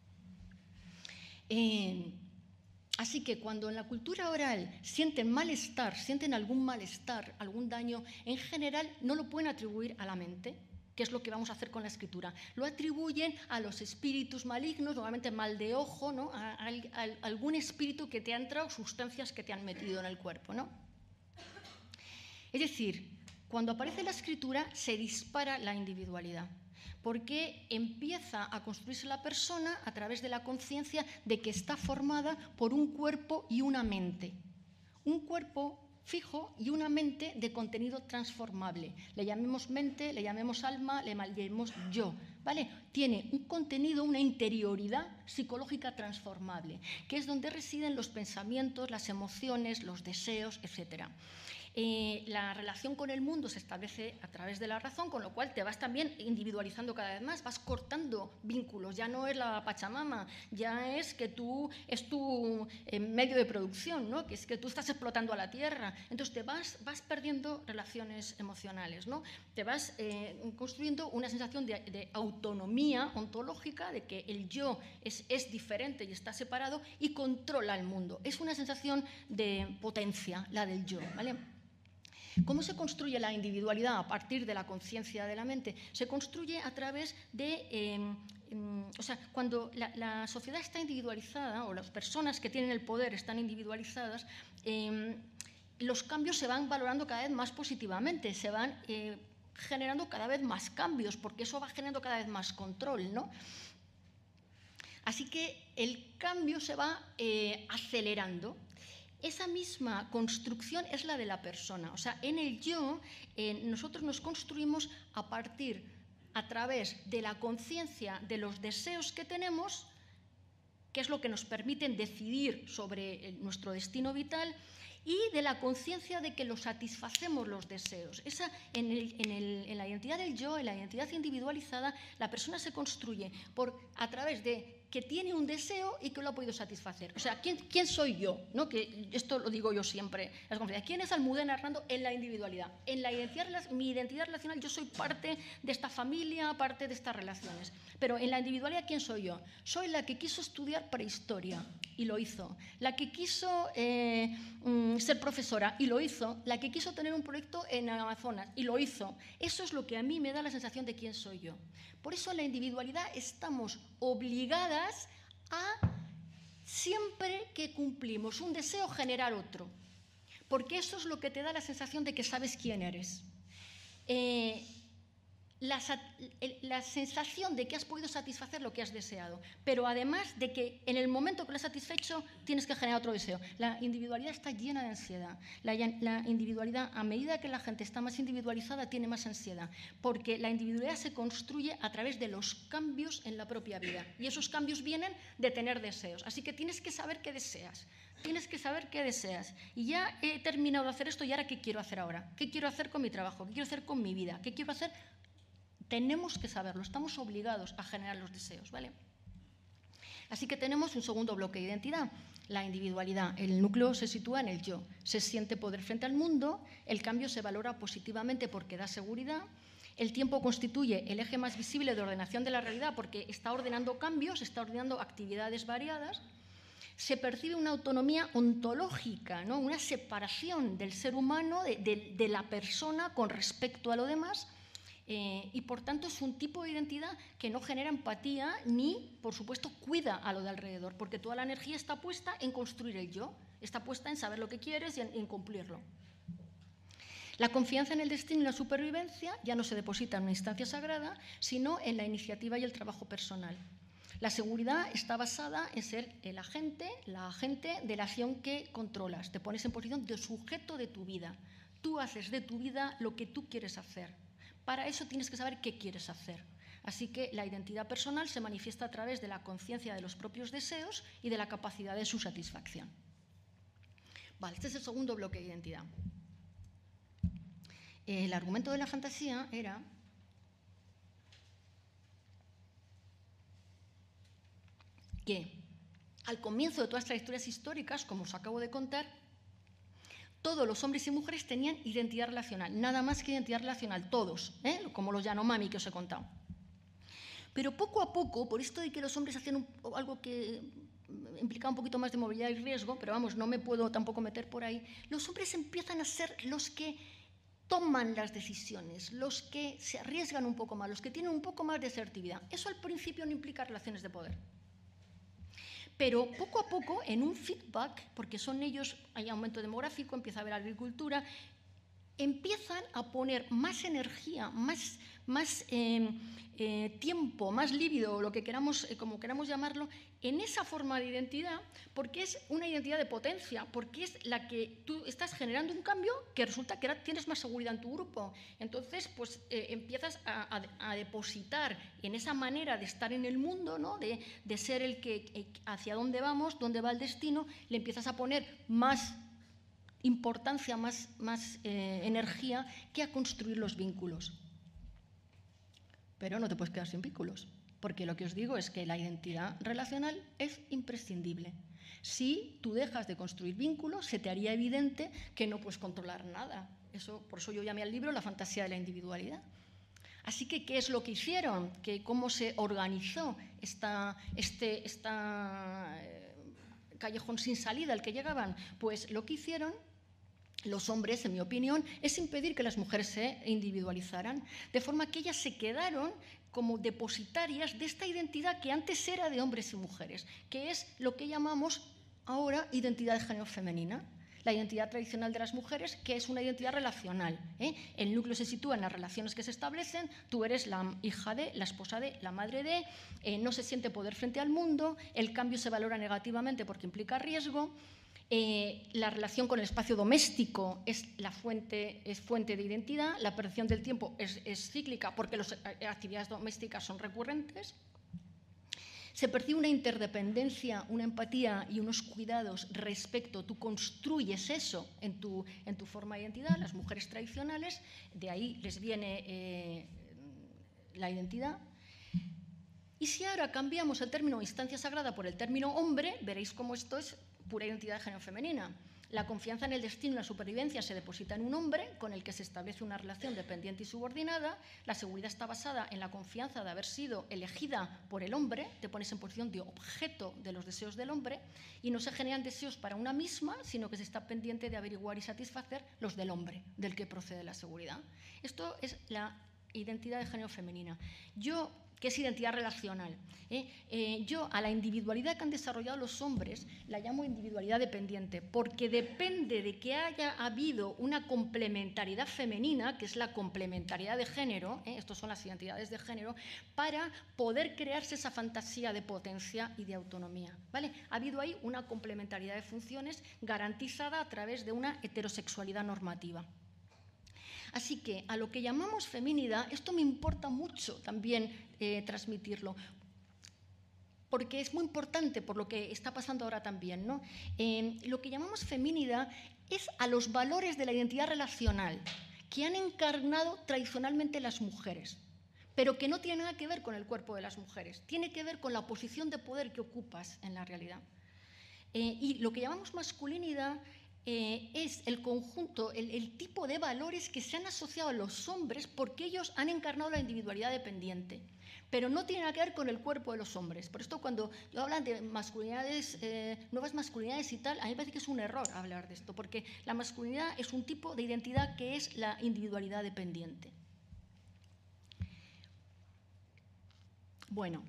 Eh, así que cuando en la cultura oral sienten malestar, sienten algún malestar, algún daño, en general no lo pueden atribuir a la mente, que es lo que vamos a hacer con la escritura. Lo atribuyen a los espíritus malignos, normalmente mal de ojo, ¿no? A, a, a algún espíritu que te ha entrado, sustancias que te han metido en el cuerpo, ¿no? Es decir, cuando aparece la escritura se dispara la individualidad, porque empieza a construirse la persona a través de la conciencia de que está formada por un cuerpo y una mente. Un cuerpo fijo y una mente de contenido transformable. Le llamemos mente, le llamemos alma, le llamemos yo, ¿vale? Tiene un contenido, una interioridad psicológica transformable, que es donde residen los pensamientos, las emociones, los deseos, etcétera. Eh, la relación con el mundo se establece a través de la razón, con lo cual te vas también individualizando cada vez más, vas cortando vínculos, ya no es la Pachamama, ya es que tú es tu eh, medio de producción, ¿no? Que es que tú estás explotando a la tierra, entonces te vas, vas perdiendo relaciones emocionales, ¿no? Te vas eh, construyendo una sensación de, de autonomía ontológica, de que el yo es, es diferente y está separado y controla el mundo. Es una sensación de potencia, la del yo, ¿vale? ¿Cómo se construye la individualidad a partir de la conciencia de la mente? Se construye a través de... Eh, o sea, cuando la, la sociedad está individualizada, o las personas que tienen el poder están individualizadas, eh, los cambios se van valorando cada vez más positivamente, se van eh, generando cada vez más cambios, porque eso va generando cada vez más control, ¿no? Así que el cambio se va eh, acelerando. Esa misma construcción es la de la persona. O sea, en el yo, eh, nosotros nos construimos a partir, a través de la conciencia de los deseos que tenemos, que es lo que nos permiten decidir sobre nuestro destino vital, y de la conciencia de que lo satisfacemos los deseos. Esa, en, el, en, el, en la identidad del yo, en la identidad individualizada, la persona se construye por, a través de que tiene un deseo y que lo ha podido satisfacer. O sea, ¿quién, quién soy yo? ¿No? Que esto lo digo yo siempre. ¿Quién es Almudena Hernando en la individualidad? En la identidad, mi identidad relacional, yo soy parte de esta familia, parte de estas relaciones. Pero en la individualidad, ¿quién soy yo? Soy la que quiso estudiar prehistoria y lo hizo. La que quiso eh, ser profesora y lo hizo. La que quiso tener un proyecto en Amazonas y lo hizo. Eso es lo que a mí me da la sensación de quién soy yo. Por eso en la individualidad estamos obligadas a, siempre que cumplimos un deseo, generar otro. Porque eso es lo que te da la sensación de que sabes quién eres. Eh, La, la sensación de que has podido satisfacer lo que has deseado, pero además de que en el momento que lo has satisfecho tienes que generar otro deseo. La individualidad está llena de ansiedad. La, la individualidad, a medida que la gente está más individualizada, tiene más ansiedad, porque la individualidad se construye a través de los cambios en la propia vida, y esos cambios vienen de tener deseos. Así que tienes que saber qué deseas. Tienes que saber qué deseas. Y ya he terminado de hacer esto, ¿y ahora qué quiero hacer ahora? ¿Qué quiero hacer con mi trabajo? ¿Qué quiero hacer con mi vida? ¿Qué quiero hacer? Tenemos que saberlo, estamos obligados a generar los deseos, ¿vale? Así que tenemos un segundo bloque de identidad, la individualidad. El núcleo se sitúa en el yo. Se siente poder frente al mundo, el cambio se valora positivamente porque da seguridad, el tiempo constituye el eje más visible de ordenación de la realidad porque está ordenando cambios, está ordenando actividades variadas, se percibe una autonomía ontológica, ¿no? Una separación del ser humano, de, de, de la persona con respecto a lo demás. Eh, y por tanto es un tipo de identidad que no genera empatía ni, por supuesto, cuida a lo de alrededor, porque toda la energía está puesta en construir el yo, está puesta en saber lo que quieres y en, en cumplirlo. La confianza en el destino y la supervivencia ya no se deposita en una instancia sagrada, sino en la iniciativa y el trabajo personal. La seguridad está basada en ser el agente, la agente de la acción que controlas. Te pones en posición de sujeto de tu vida. Tú haces de tu vida lo que tú quieres hacer. Para eso tienes que saber qué quieres hacer. Así que la identidad personal se manifiesta a través de la conciencia de los propios deseos y de la capacidad de su satisfacción. Vale, este es el segundo bloque de identidad. El argumento de la fantasía era que al comienzo de todas las trayectorias históricas, como os acabo de contar, todos los hombres y mujeres tenían identidad relacional, nada más que identidad relacional, todos, ¿eh? Como los Yanomami que os he contado. Pero poco a poco, por esto de que los hombres hacían un, algo que implicaba un poquito más de movilidad y riesgo, pero vamos, no me puedo tampoco meter por ahí, los hombres empiezan a ser los que toman las decisiones, los que se arriesgan un poco más, los que tienen un poco más de asertividad. Eso al principio no implica relaciones de poder. Pero poco a poco, en un feedback, porque son ellos, hay aumento demográfico, empieza a haber agricultura, empiezan a poner más energía, más, más eh, eh, tiempo, más líbido, lo que queramos, eh, como queramos llamarlo, en esa forma de identidad, porque es una identidad de potencia, porque es la que tú estás generando un cambio que resulta que ahora tienes más seguridad en tu grupo. Entonces, pues eh, empiezas a, a, a depositar en esa manera de estar en el mundo, ¿no? de, de ser el que eh, hacia dónde vamos, dónde va el destino, le empiezas a poner más importancia, más, más eh, energía que a construir los vínculos. Pero no te puedes quedar sin vínculos, porque lo que os digo es que la identidad relacional es imprescindible. Si tú dejas de construir vínculos, se te haría evidente que no puedes controlar nada. Eso, por eso yo llamé al libro La fantasía de la individualidad. Así que, ¿qué es lo que hicieron? ¿Qué, ¿Cómo se organizó esta, este esta, eh, callejón sin salida al que llegaban? Pues lo que hicieron los hombres, en mi opinión, es impedir que las mujeres se individualizaran, de forma que ellas se quedaron como depositarias de esta identidad que antes era de hombres y mujeres, que es lo que llamamos ahora identidad de género femenina. La identidad tradicional de las mujeres, que es una identidad relacional, ¿eh? El núcleo se sitúa en las relaciones que se establecen, tú eres la hija de, la esposa de, la madre de, eh, no se siente poder frente al mundo, el cambio se valora negativamente porque implica riesgo. Eh, la relación con el espacio doméstico es, la fuente, es fuente de identidad, la percepción del tiempo es, es cíclica porque las actividades domésticas son recurrentes. Se percibe una interdependencia, una empatía y unos cuidados respecto, tú construyes eso en tu, en tu forma de identidad, las mujeres tradicionales, de ahí les viene eh, la identidad. Y si ahora cambiamos el término instancia sagrada por el término hombre, veréis cómo esto es pura identidad de género femenina. La confianza en el destino y la supervivencia se deposita en un hombre con el que se establece una relación dependiente y subordinada. La seguridad está basada en la confianza de haber sido elegida por el hombre, te pones en posición de objeto de los deseos del hombre y no se generan deseos para una misma, sino que se está pendiente de averiguar y satisfacer los del hombre, del que procede la seguridad. Esto es la identidad de género femenina. Yo que es identidad relacional. ¿eh? Eh, yo a la individualidad que han desarrollado los hombres la llamo individualidad dependiente, porque depende de que haya habido una complementariedad femenina, que es la complementariedad de género, ¿eh? Estas son las identidades de género, para poder crearse esa fantasía de potencia y de autonomía. ¿vale? Ha habido ahí una complementariedad de funciones garantizada a través de una heterosexualidad normativa. Así que a lo que llamamos feminidad, esto me importa mucho también eh, transmitirlo, porque es muy importante por lo que está pasando ahora también, ¿no? Eh, lo que llamamos feminidad es a los valores de la identidad relacional que han encarnado tradicionalmente las mujeres, pero que no tiene nada que ver con el cuerpo de las mujeres, tiene que ver con la posición de poder que ocupas en la realidad. Eh, y lo que llamamos masculinidad Eh, es el conjunto, el, el tipo de valores que se han asociado a los hombres porque ellos han encarnado la individualidad dependiente, pero no tiene nada que ver con el cuerpo de los hombres. Por esto cuando yo hablan de masculinidades, eh, nuevas masculinidades y tal, a mí me parece que es un error hablar de esto, porque la masculinidad es un tipo de identidad que es la individualidad dependiente. Bueno,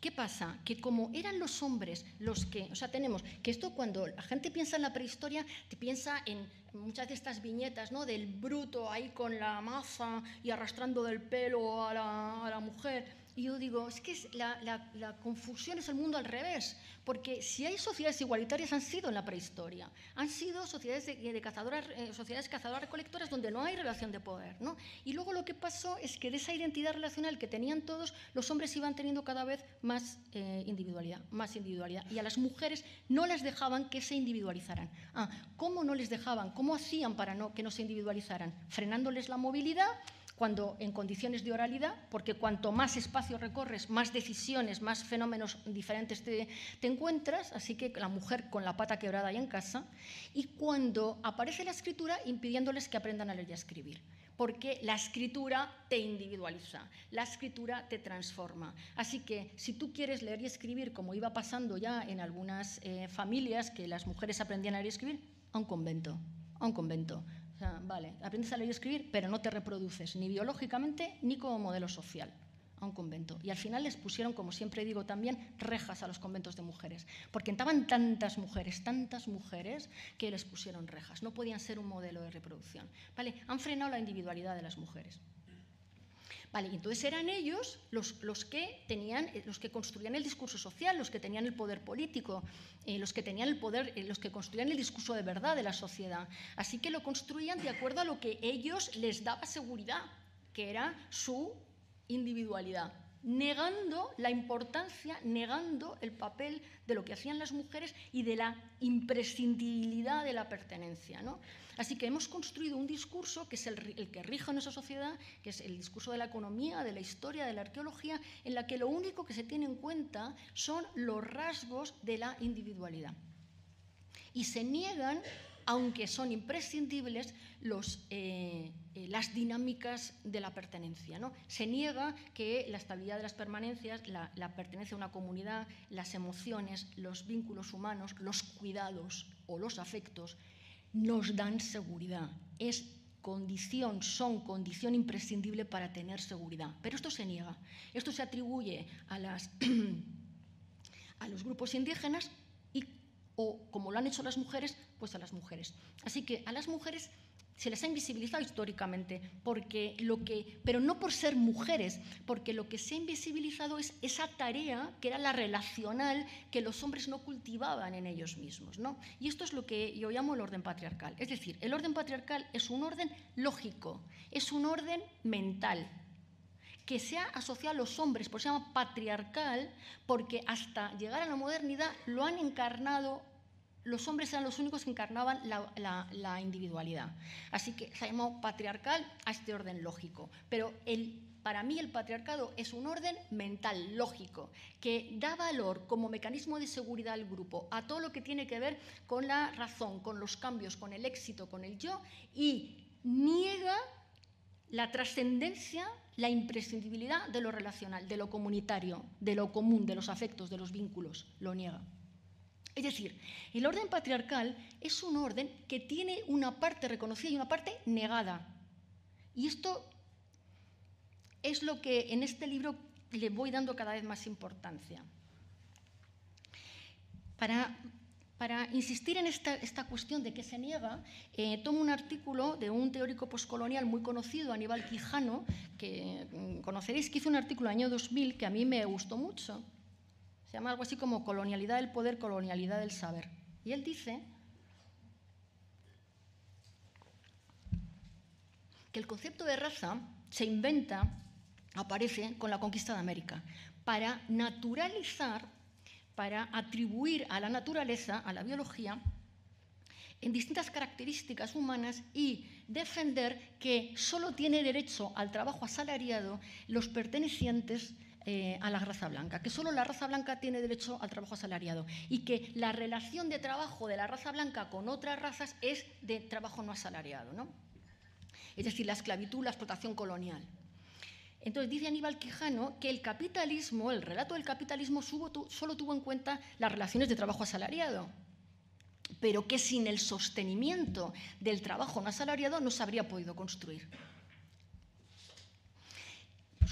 ¿Qué pasa? Que como eran los hombres los que, o sea, tenemos que esto cuando la gente piensa en la prehistoria, te piensa en muchas de estas viñetas, ¿no? Del bruto ahí con la maza y arrastrando del pelo a la, a la mujer. Y yo digo, es que la, la, la confusión es el mundo al revés, porque si hay sociedades igualitarias han sido en la prehistoria, han sido sociedades de, de cazadoras, eh, sociedades cazadoras-recolectoras donde no hay relación de poder, ¿no? Y luego lo que pasó es que de esa identidad relacional que tenían todos, los hombres iban teniendo cada vez más eh, individualidad, más individualidad, y a las mujeres no les dejaban que se individualizaran. Ah, ¿cómo no les dejaban? ¿Cómo hacían para no, que no se individualizaran? Frenándoles la movilidad, cuando en condiciones de oralidad, porque cuanto más espacio recorres, más decisiones, más fenómenos diferentes te, te encuentras, así que la mujer con la pata quebrada ahí en casa, y cuando aparece la escritura impidiéndoles que aprendan a leer y a escribir, porque la escritura te individualiza, la escritura te transforma. Así que si tú quieres leer y escribir, como iba pasando ya en algunas eh, familias, que las mujeres aprendían a leer y escribir, a un convento, a un convento. O sea, vale, aprendes a leer y escribir, pero no te reproduces ni biológicamente ni como modelo social, a un convento. Y al final les pusieron, como siempre digo también, rejas a los conventos de mujeres, porque entraban tantas mujeres, tantas mujeres, que les pusieron rejas. No podían ser un modelo de reproducción. Vale, han frenado la individualidad de las mujeres. Vale, y entonces eran ellos los, los, que tenían, los que construían el discurso social, los que tenían el poder político, eh, los que tenían el poder, eh, los que construían el discurso de verdad de la sociedad. Así que lo construían de acuerdo a lo que ellos les daba seguridad, que era su individualidad, negando la importancia, negando el papel de lo que hacían las mujeres y de la imprescindibilidad de la pertenencia, ¿no? Así que hemos construido un discurso que es el, el que rige en nuestra sociedad, que es el discurso de la economía, de la historia, de la arqueología, en la que lo único que se tiene en cuenta son los rasgos de la individualidad. Y se niegan, aunque son imprescindibles, los, eh, eh, las dinámicas de la pertenencia, ¿no? Se niega que la estabilidad de las permanencias, la, la pertenencia a una comunidad, las emociones, los vínculos humanos, los cuidados o los afectos nos dan seguridad. Es condición, son condición imprescindible para tener seguridad. Pero esto se niega. Esto se atribuye a, las, a los grupos indígenas y, o, como lo han hecho las mujeres, pues a las mujeres. Así que a las mujeres se les ha invisibilizado históricamente, porque lo que, pero no por ser mujeres, porque lo que se ha invisibilizado es esa tarea que era la relacional que los hombres no cultivaban en ellos mismos, ¿no? Y esto es lo que yo llamo el orden patriarcal. Es decir, el orden patriarcal es un orden lógico, es un orden mental, que se ha asociado a los hombres, por eso se llama patriarcal, porque hasta llegar a la modernidad lo han encarnado. Los hombres eran los únicos que encarnaban la, la, la individualidad. Así que se ha llamado patriarcal a este orden lógico. Pero el, para mí el patriarcado es un orden mental, lógico, que da valor como mecanismo de seguridad al grupo a todo lo que tiene que ver con la razón, con los cambios, con el éxito, con el yo, y niega la trascendencia, la imprescindibilidad de lo relacional, de lo comunitario, de lo común, de los afectos, de los vínculos. Lo niega. Es decir, el orden patriarcal es un orden que tiene una parte reconocida y una parte negada. Y esto es lo que en este libro le voy dando cada vez más importancia. Para, para insistir en esta, esta cuestión de que se niega, eh, tomo un artículo de un teórico poscolonial muy conocido, Aníbal Quijano, que mm, conoceréis, que hizo un artículo en el año dos mil que a mí me gustó mucho. Se llama algo así como colonialidad del poder, colonialidad del saber. Y él dice que el concepto de raza se inventa, aparece con la conquista de América, para naturalizar, para atribuir a la naturaleza, a la biología, en distintas características humanas y defender que solo tiene derecho al trabajo asalariado los pertenecientes Eh, a la raza blanca, que solo la raza blanca tiene derecho al trabajo asalariado y que la relación de trabajo de la raza blanca con otras razas es de trabajo no asalariado, ¿no? Es decir, la esclavitud, la explotación colonial. Entonces dice Aníbal Quijano que el capitalismo, el relato del capitalismo solo tuvo en cuenta las relaciones de trabajo asalariado, pero que sin el sostenimiento del trabajo no asalariado no se habría podido construir.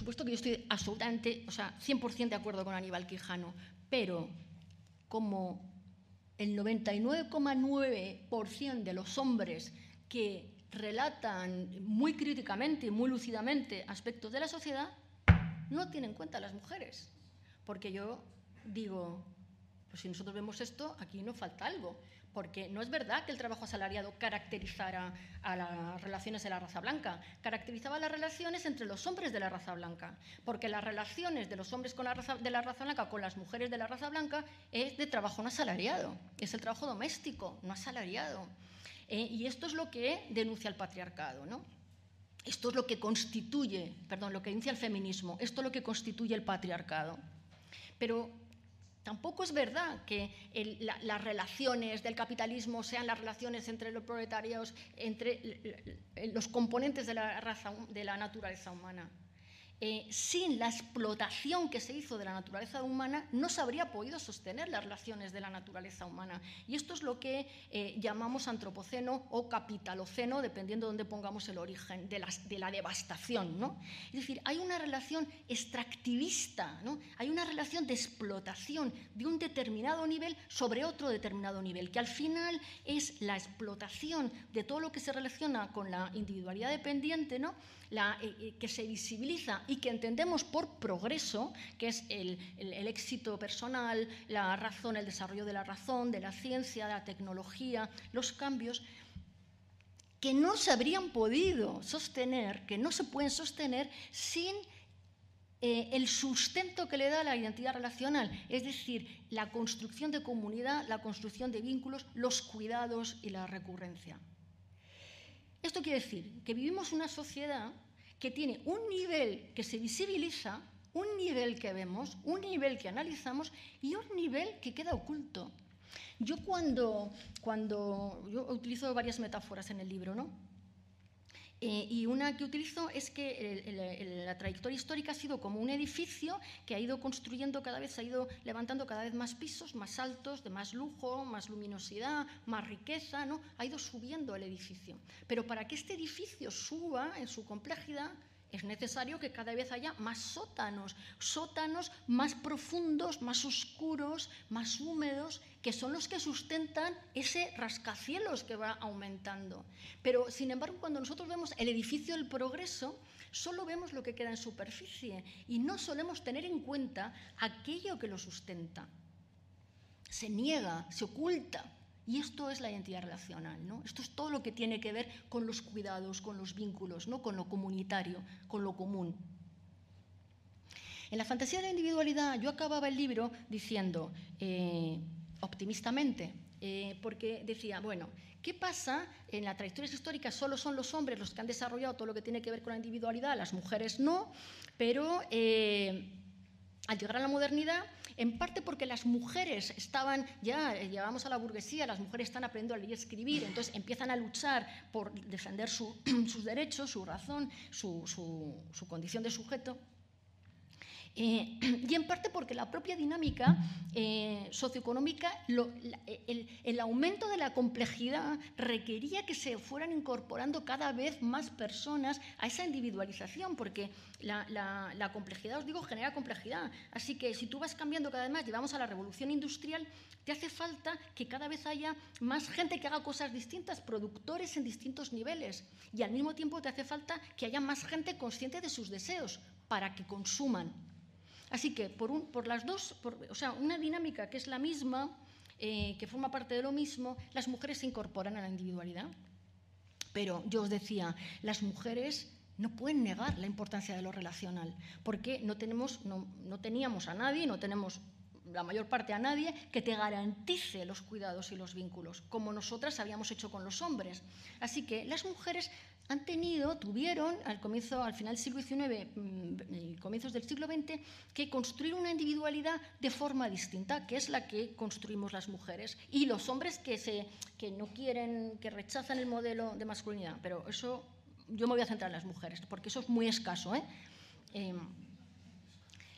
supuesto que yo estoy absolutamente, o sea, cien por ciento de acuerdo con Aníbal Quijano, pero como el noventa y nueve coma nueve por ciento de los hombres que relatan muy críticamente y muy lúcidamente aspectos de la sociedad, no tienen en cuenta a las mujeres. Porque yo digo, pues si nosotros vemos esto, aquí nos falta algo. Porque no es verdad que el trabajo asalariado caracterizara a las relaciones de la raza blanca, caracterizaba las relaciones entre los hombres de la raza blanca, porque las relaciones de los hombres con la raza, de la raza blanca con las mujeres de la raza blanca es de trabajo no asalariado, es el trabajo doméstico, no asalariado. Eh, y esto es lo que denuncia el patriarcado, ¿no? Esto es lo que constituye, perdón, lo que denuncia el feminismo, esto es lo que constituye el patriarcado. Pero tampoco es verdad que el, la, las relaciones del capitalismo sean las relaciones entre los proletarios, entre los componentes de la, raza, de la naturaleza humana. Eh, sin la explotación que se hizo de la naturaleza humana, no se habría podido sostener las relaciones de la naturaleza humana. Y esto es lo que eh, llamamos antropoceno o capitaloceno, dependiendo de dónde pongamos el origen de la, de la devastación, ¿no? Es decir, hay una relación extractivista, ¿no? Hay una relación de explotación de un determinado nivel sobre otro determinado nivel, que al final es la explotación de todo lo que se relaciona con la individualidad dependiente, ¿no? La, eh, que se visibiliza y que entendemos por progreso, que es el, el, el éxito personal, la razón, el desarrollo de la razón, de la ciencia, de la tecnología, los cambios, que no se habrían podido sostener, que no se pueden sostener sin eh, el sustento que le da la identidad relacional, es decir, la construcción de comunidad, la construcción de vínculos, los cuidados y la recurrencia. Esto quiere decir que vivimos una sociedad que tiene un nivel que se visibiliza, un nivel que vemos, un nivel que analizamos y un nivel que queda oculto. Yo cuando, cuando yo utilizo varias metáforas en el libro, ¿no? Eh, y una que utilizo es que el, el, el, la trayectoria histórica ha sido como un edificio que ha ido construyendo cada vez, ha ido levantando cada vez más pisos, más altos, de más lujo, más luminosidad, más riqueza, ¿no? Ha ido subiendo el edificio. Pero para que este edificio suba en su complejidad, es necesario que cada vez haya más sótanos, sótanos más profundos, más oscuros, más húmedos, que son los que sustentan ese rascacielos que va aumentando. Pero, sin embargo, cuando nosotros vemos el edificio del progreso, solo vemos lo que queda en superficie y no solemos tener en cuenta aquello que lo sustenta. Se niega, se oculta. Y esto es la identidad relacional, ¿no? Esto es todo lo que tiene que ver con los cuidados, con los vínculos, ¿no? Con lo comunitario, con lo común. En la fantasía de la individualidad yo acababa el libro diciendo, eh, optimistamente, eh, porque decía, bueno, ¿qué pasa? En las trayectorias históricas solo son los hombres los que han desarrollado todo lo que tiene que ver con la individualidad, las mujeres no, pero eh, al llegar a la modernidad, en parte porque las mujeres estaban, ya llegamos a la burguesía, las mujeres están aprendiendo a leer y escribir, entonces empiezan a luchar por defender su, sus derechos, su razón, su, su, su condición de sujeto. Eh, y en parte porque la propia dinámica eh, socioeconómica, lo, la, el, el aumento de la complejidad requería que se fueran incorporando cada vez más personas a esa individualización, porque la, la, la complejidad, os digo, genera complejidad. Así que si tú vas cambiando cada vez más, llevamos a la revolución industrial, te hace falta que cada vez haya más gente que haga cosas distintas, productores en distintos niveles, y al mismo tiempo te hace falta que haya más gente consciente de sus deseos para que consuman. Así que por, un, por las dos, por, o sea, una dinámica que es la misma, eh, que forma parte de lo mismo, las mujeres se incorporan a la individualidad. Pero yo os decía, las mujeres no pueden negar la importancia de lo relacional, porque no, tenemos, no, no teníamos a nadie, no tenemos la mayor parte a nadie que te garantice los cuidados y los vínculos, como nosotras habíamos hecho con los hombres. Así que las mujeres han tenido, tuvieron, al comienzo, al final del siglo diecinueve y comienzos del siglo veinte, que construir una individualidad de forma distinta, que es la que construimos las mujeres. Y los hombres que, se, que no quieren, que rechazan el modelo de masculinidad. Pero eso, yo me voy a centrar en las mujeres, porque eso es muy escaso, ¿eh? Eh,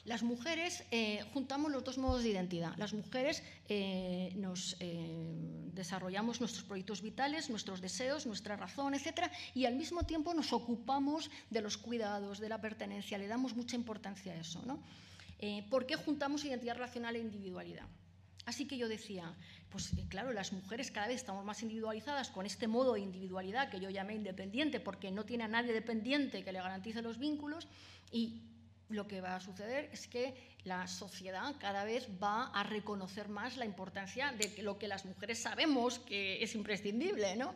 Las mujeres eh, juntamos los dos modos de identidad. Las mujeres eh, nos eh, desarrollamos nuestros proyectos vitales, nuestros deseos, nuestra razón, etcétera, y al mismo tiempo nos ocupamos de los cuidados, de la pertenencia, le damos mucha importancia a eso, ¿no? Eh, ¿Por qué juntamos identidad relacional e individualidad? Así que yo decía, pues eh, claro, las mujeres cada vez estamos más individualizadas con este modo de individualidad que yo llamé independiente, porque no tiene a nadie dependiente que le garantice los vínculos, y lo que va a suceder es que la sociedad cada vez va a reconocer más la importancia de lo que las mujeres sabemos que es imprescindible, ¿no?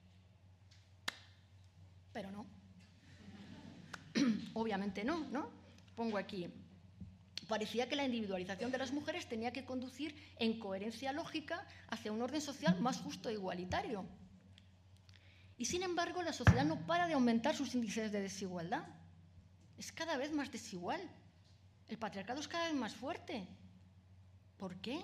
Pero no. Obviamente no, ¿no? Pongo aquí. Parecía que la individualización de las mujeres tenía que conducir en coherencia lógica hacia un orden social más justo e igualitario. Y sin embargo, la sociedad no para de aumentar sus índices de desigualdad. Es cada vez más desigual. El patriarcado es cada vez más fuerte. ¿Por qué?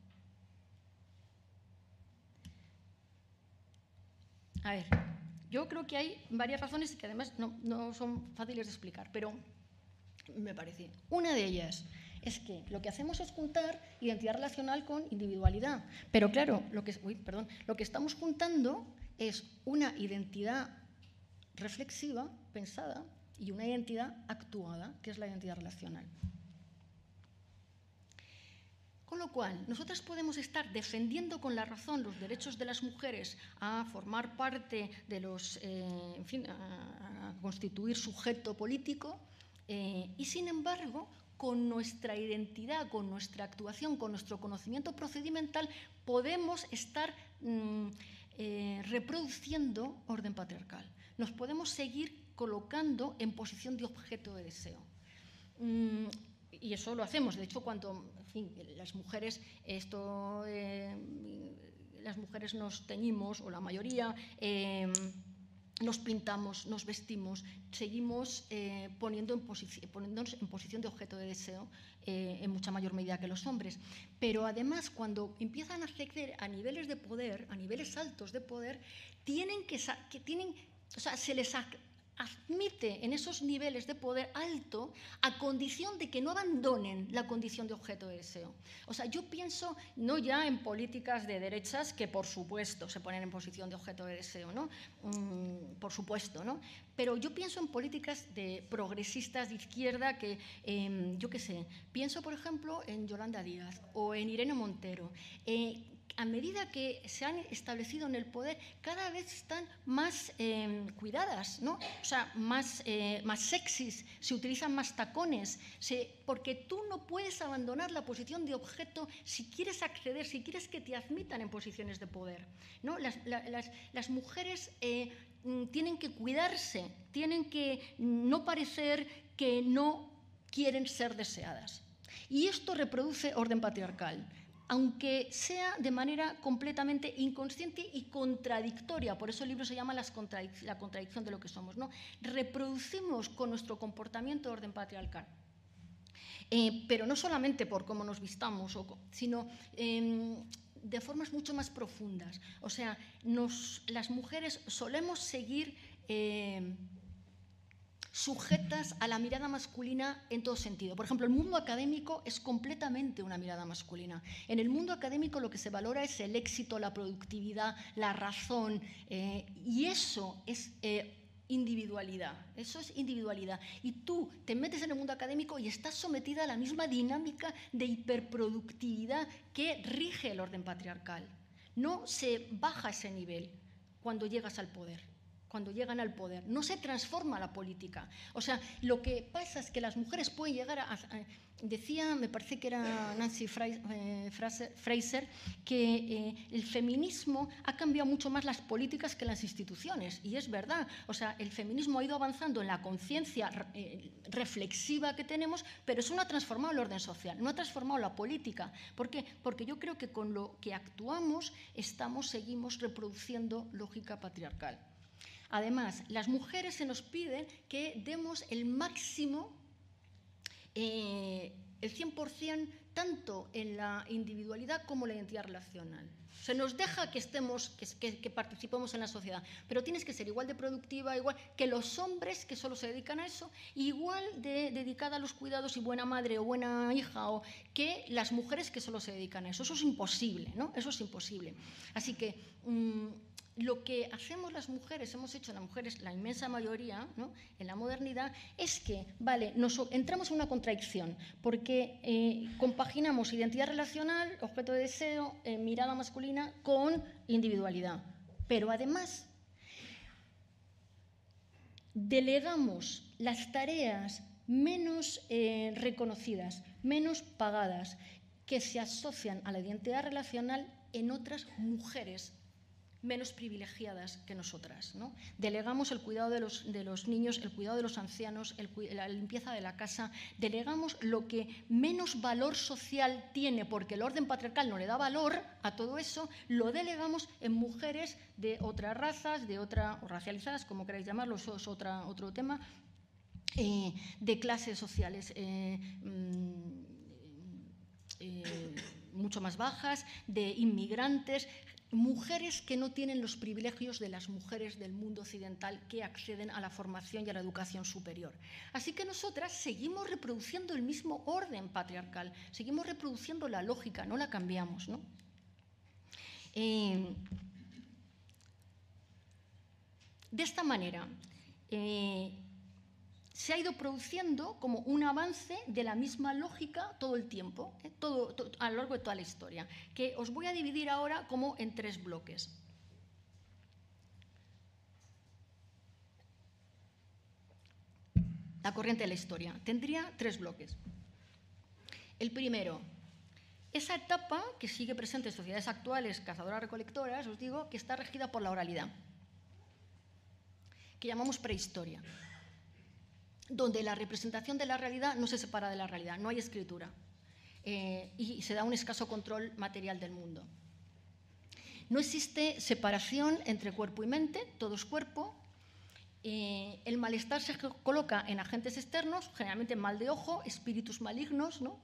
A ver, yo creo que hay varias razones que además no, no son fáciles de explicar, pero me parece. Una de ellas es que lo que hacemos es juntar identidad relacional con individualidad. Pero claro, lo que, uy, perdón, lo que estamos juntando es una identidad reflexiva, pensada, y una identidad actuada, que es la identidad relacional. Con lo cual, nosotras podemos estar defendiendo con la razón los derechos de las mujeres a formar parte de los, eh, en fin, a, a constituir sujeto político, eh, y sin embargo, con nuestra identidad, con nuestra actuación, con nuestro conocimiento procedimental, podemos estar mm, eh, reproduciendo orden patriarcal. Nos podemos seguir colocando en posición de objeto de deseo. Mm, y eso lo hacemos. De hecho, cuando en fin, las mujeres, esto, eh, las mujeres nos teñimos, o la mayoría, eh, nos pintamos, nos vestimos, seguimos eh, poniendo en poniéndonos en posición de objeto de deseo eh, en mucha mayor medida que los hombres. Pero además, cuando empiezan a acceder a niveles de poder, a niveles altos de poder, tienen que, que tienen, o sea, se les admite en esos niveles de poder alto a condición de que no abandonen la condición de objeto de deseo. O sea, yo pienso no ya en políticas de derechas que por supuesto se ponen en posición de objeto de deseo, ¿no? Mm, por supuesto, ¿no? Pero yo pienso en políticas de progresistas de izquierda que, eh, yo qué sé, pienso por ejemplo en Yolanda Díaz o en Irene Montero. Eh, a medida que se han establecido en el poder, cada vez están más eh, cuidadas, ¿no? O sea, más, eh, más sexys, se utilizan más tacones, se, porque tú no puedes abandonar la posición de objeto si quieres acceder, si quieres que te admitan en posiciones de poder, ¿no? Las, la, las, las mujeres eh, tienen que cuidarse, tienen que no parecer que no quieren ser deseadas. Y esto reproduce orden patriarcal, aunque sea de manera completamente inconsciente y contradictoria. Por eso el libro se llama Las contradic- La contradicción de lo que somos, ¿no? Reproducimos con nuestro comportamiento orden patriarcal. Eh, pero no solamente por cómo nos vistamos, o, sino eh, de formas mucho más profundas. O sea, nos, las mujeres solemos seguir eh, sujetas a la mirada masculina en todo sentido. Por ejemplo, el mundo académico es completamente una mirada masculina. En el mundo académico lo que se valora es el éxito, la productividad, la razón, eh, y eso es eh, individualidad. Eso es individualidad. Y tú te metes en el mundo académico y estás sometida a la misma dinámica de hiperproductividad que rige el orden patriarcal. No se baja ese nivel cuando llegas al poder. Cuando llegan al poder. No se transforma la política. O sea, lo que pasa es que las mujeres pueden llegar a... a decía, me parece que era Nancy Fraser, que eh, el feminismo ha cambiado mucho más las políticas que las instituciones. Y es verdad. O sea, el feminismo ha ido avanzando en la conciencia eh, reflexiva que tenemos, pero eso no ha transformado el orden social, no ha transformado la política. ¿Por qué? Porque yo creo que con lo que actuamos estamos, seguimos reproduciendo lógica patriarcal. Además, las mujeres se nos pide que demos el máximo, eh, el cien por cien tanto en la individualidad como en la identidad relacional. Se nos deja que estemos, que, que, que participemos en la sociedad, pero tienes que ser igual de productiva, igual que los hombres que solo se dedican a eso, igual de dedicada a los cuidados y buena madre o buena hija, o que las mujeres que solo se dedican a eso. Eso es imposible, ¿no? Eso es imposible. Así que mmm, lo que hacemos las mujeres, hemos hecho las mujeres, la inmensa mayoría, ¿no?, en la modernidad, es que, vale, nos entramos en una contradicción, porque eh, compaginamos identidad relacional, objeto de deseo, eh, mirada masculina, con individualidad. Pero además, delegamos las tareas menos eh, reconocidas, menos pagadas, que se asocian a la identidad relacional en otras mujeres menos privilegiadas que nosotras, ¿no? Delegamos el cuidado de los, de los niños, el cuidado de los ancianos, el, la limpieza de la casa, delegamos lo que menos valor social tiene, porque el orden patriarcal no le da valor a todo eso, lo delegamos en mujeres de otras razas, de otra, o racializadas, como queráis llamarlo, eso es otra, otro tema, eh, de clases sociales eh, eh, mucho más bajas, de inmigrantes, mujeres que no tienen los privilegios de las mujeres del mundo occidental que acceden a la formación y a la educación superior. Así que nosotras seguimos reproduciendo el mismo orden patriarcal, seguimos reproduciendo la lógica, no la cambiamos, ¿no? Eh, de esta manera, eh, se ha ido produciendo como un avance de la misma lógica todo el tiempo, ¿eh? todo, todo, a lo largo de toda la historia, que os voy a dividir ahora como en tres bloques. La corriente de la historia tendría tres bloques. El primero, esa etapa que sigue presente en sociedades actuales, cazadoras-recolectoras, os digo, que está regida por la oralidad, que llamamos prehistoria, donde la representación de la realidad no se separa de la realidad, no hay escritura eh, y se da un escaso control material del mundo. No existe separación entre cuerpo y mente, todo es cuerpo. Eh, el malestar se coloca en agentes externos, generalmente mal de ojo, espíritus malignos, ¿no?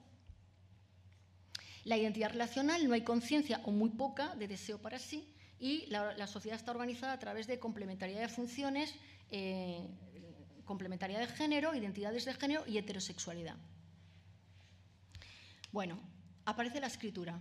La identidad relacional, no hay conciencia o muy poca de deseo para sí, y la, la sociedad está organizada a través de complementariedad de funciones, eh, complementariedad de género, identidades de género y heterosexualidad. Bueno, aparece la escritura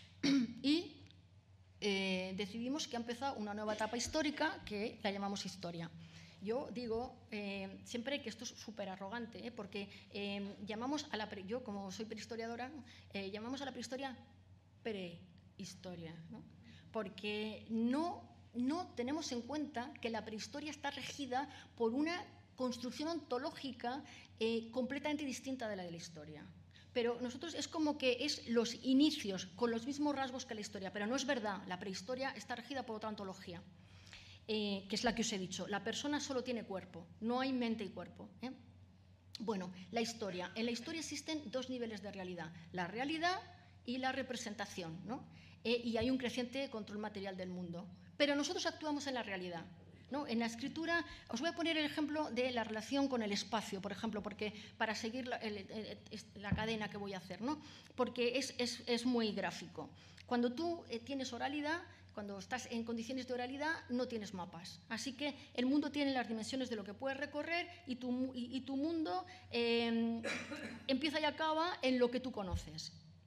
y eh, decidimos que ha empezado una nueva etapa histórica que la llamamos historia. Yo digo eh, siempre que esto es súper arrogante, ¿eh? porque eh, llamamos a la pre, yo como soy prehistoriadora, eh, llamamos a la prehistoria prehistoria, ¿no? Porque no, no tenemos en cuenta que la prehistoria está regida por una construcción ontológica eh, completamente distinta de la de la historia. Pero nosotros es como que es los inicios con los mismos rasgos que la historia, pero no es verdad, la prehistoria está regida por otra ontología, eh, que es la que os he dicho. La persona solo tiene cuerpo, no hay mente y cuerpo, ¿eh? Bueno, la historia. En la historia existen dos niveles de realidad, la realidad y la representación, ¿no? Eh, y hay un creciente control material del mundo. Pero nosotros actuamos en la realidad, ¿no? En la escritura, os voy a poner el ejemplo de la relación con el espacio, por ejemplo, porque para seguir la, el, el, la cadena que voy a hacer, ¿no? Porque es, es, es muy gráfico. Cuando tú eh, tienes oralidad, cuando estás en condiciones de oralidad, no tienes mapas. Así que el mundo tiene las dimensiones de lo que puedes recorrer y tu, y, y tu mundo eh, empieza y acaba en lo que tú conoces.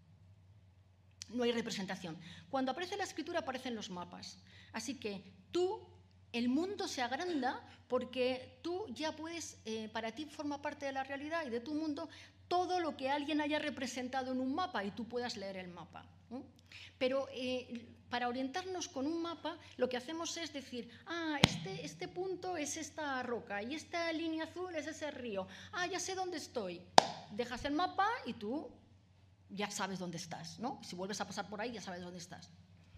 No hay representación. Cuando aparece la escritura, aparecen los mapas. Así que tú, el mundo se agranda porque tú ya puedes, eh, para ti forma parte de la realidad y de tu mundo, todo lo que alguien haya representado en un mapa y tú puedas leer el mapa, ¿no? Pero eh, para orientarnos con un mapa, lo que hacemos es decir, ah, este, este punto es esta roca y esta línea azul es ese río. Ah, ya sé dónde estoy. Dejas el mapa y tú ya sabes dónde estás, ¿no? Si vuelves a pasar por ahí, ya sabes dónde estás.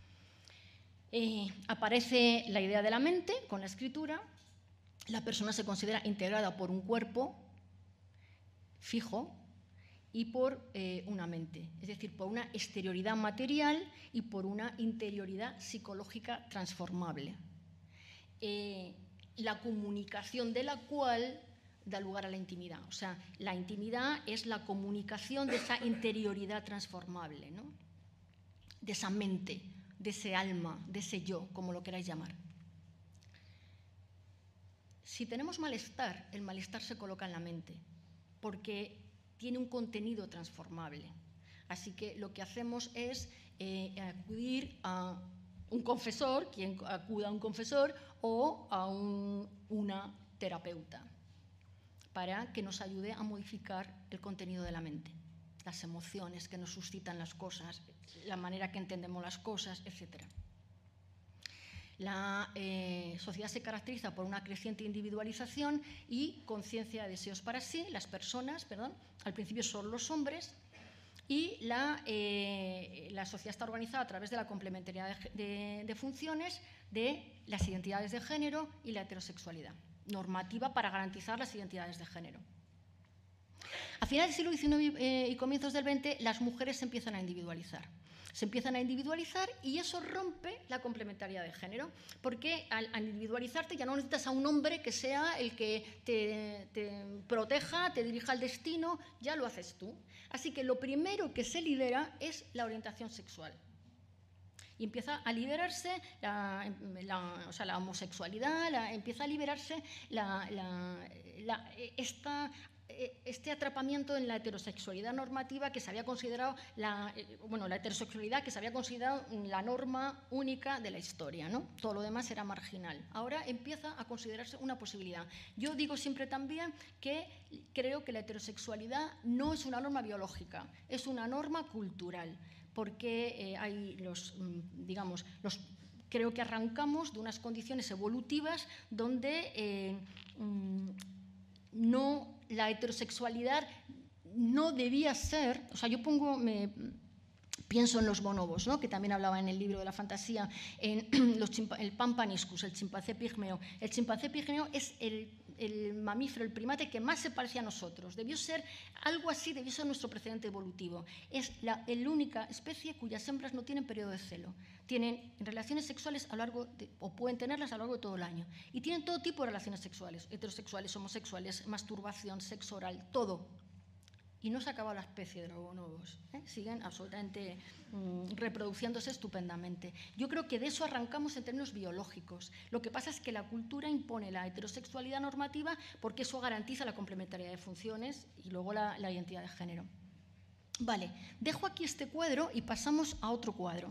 Eh, aparece la idea de la mente con la escritura. La persona se considera integrada por un cuerpo fijo y por eh, una mente, es decir, por una exterioridad material y por una interioridad psicológica transformable, eh, la comunicación de la cual da lugar a la intimidad. O sea, la intimidad es la comunicación de esa interioridad transformable, ¿no? De esa mente, de ese alma, de ese yo, como lo queráis llamar. Si tenemos malestar, el malestar se coloca en la mente, porque tiene un contenido transformable. Así que lo que hacemos es eh, acudir a un confesor, quien acuda a un confesor, o a un, una terapeuta, para que nos ayude a modificar el contenido de la mente, las emociones que nos suscitan las cosas, la manera que entendemos las cosas, etcétera. La eh, sociedad se caracteriza por una creciente individualización y conciencia de deseos para sí. Las personas, perdón, al principio son los hombres, y la, eh, la sociedad está organizada a través de la complementariedad de, de, de funciones de las identidades de género y la heterosexualidad, normativa para garantizar las identidades de género. A finales del siglo diecinueve eh, y comienzos del veinte, las mujeres se empiezan a individualizar. Se empiezan a individualizar y eso rompe la complementariedad de género, porque al, al individualizarte ya no necesitas a un hombre que sea el que te, te proteja, te dirija al destino, ya lo haces tú. Así que lo primero que se libera es la orientación sexual. Y empieza a liberarse la, la, o sea, la homosexualidad, la, empieza a liberarse la, la, la, esta... este atrapamiento en la heterosexualidad normativa que se había considerado la, bueno, la heterosexualidad que se había considerado la norma única de la historia, ¿no? Todo lo demás era marginal. Ahora empieza a considerarse una posibilidad. Yo digo siempre también que creo que la heterosexualidad no es una norma biológica, es una norma cultural, porque eh, hay los, digamos, los creo que arrancamos de unas condiciones evolutivas donde eh, no la heterosexualidad no debía ser, o sea, yo pongo, me, pienso en los bonobos, ¿no? Que también hablaba en el libro de la fantasía, en los el Pampaniscus, el chimpancé pigmeo. El chimpancé pigmeo es el, el mamífero, el primate que más se parece a nosotros. Debió ser algo así, debió ser nuestro precedente evolutivo. Es la, la única especie cuyas hembras no tienen periodo de celo. Tienen relaciones sexuales a lo largo de, o pueden tenerlas a lo largo de todo el año. Y tienen todo tipo de relaciones sexuales, heterosexuales, homosexuales, masturbación, sexo oral, todo. Y no se ha acabado la especie de los bonobos, ¿eh? Siguen absolutamente mmm, reproduciéndose estupendamente. Yo creo que de eso arrancamos en términos biológicos. Lo que pasa es que la cultura impone la heterosexualidad normativa porque eso garantiza la complementariedad de funciones y luego la, la identidad de género. Vale, dejo aquí este cuadro y pasamos a otro cuadro.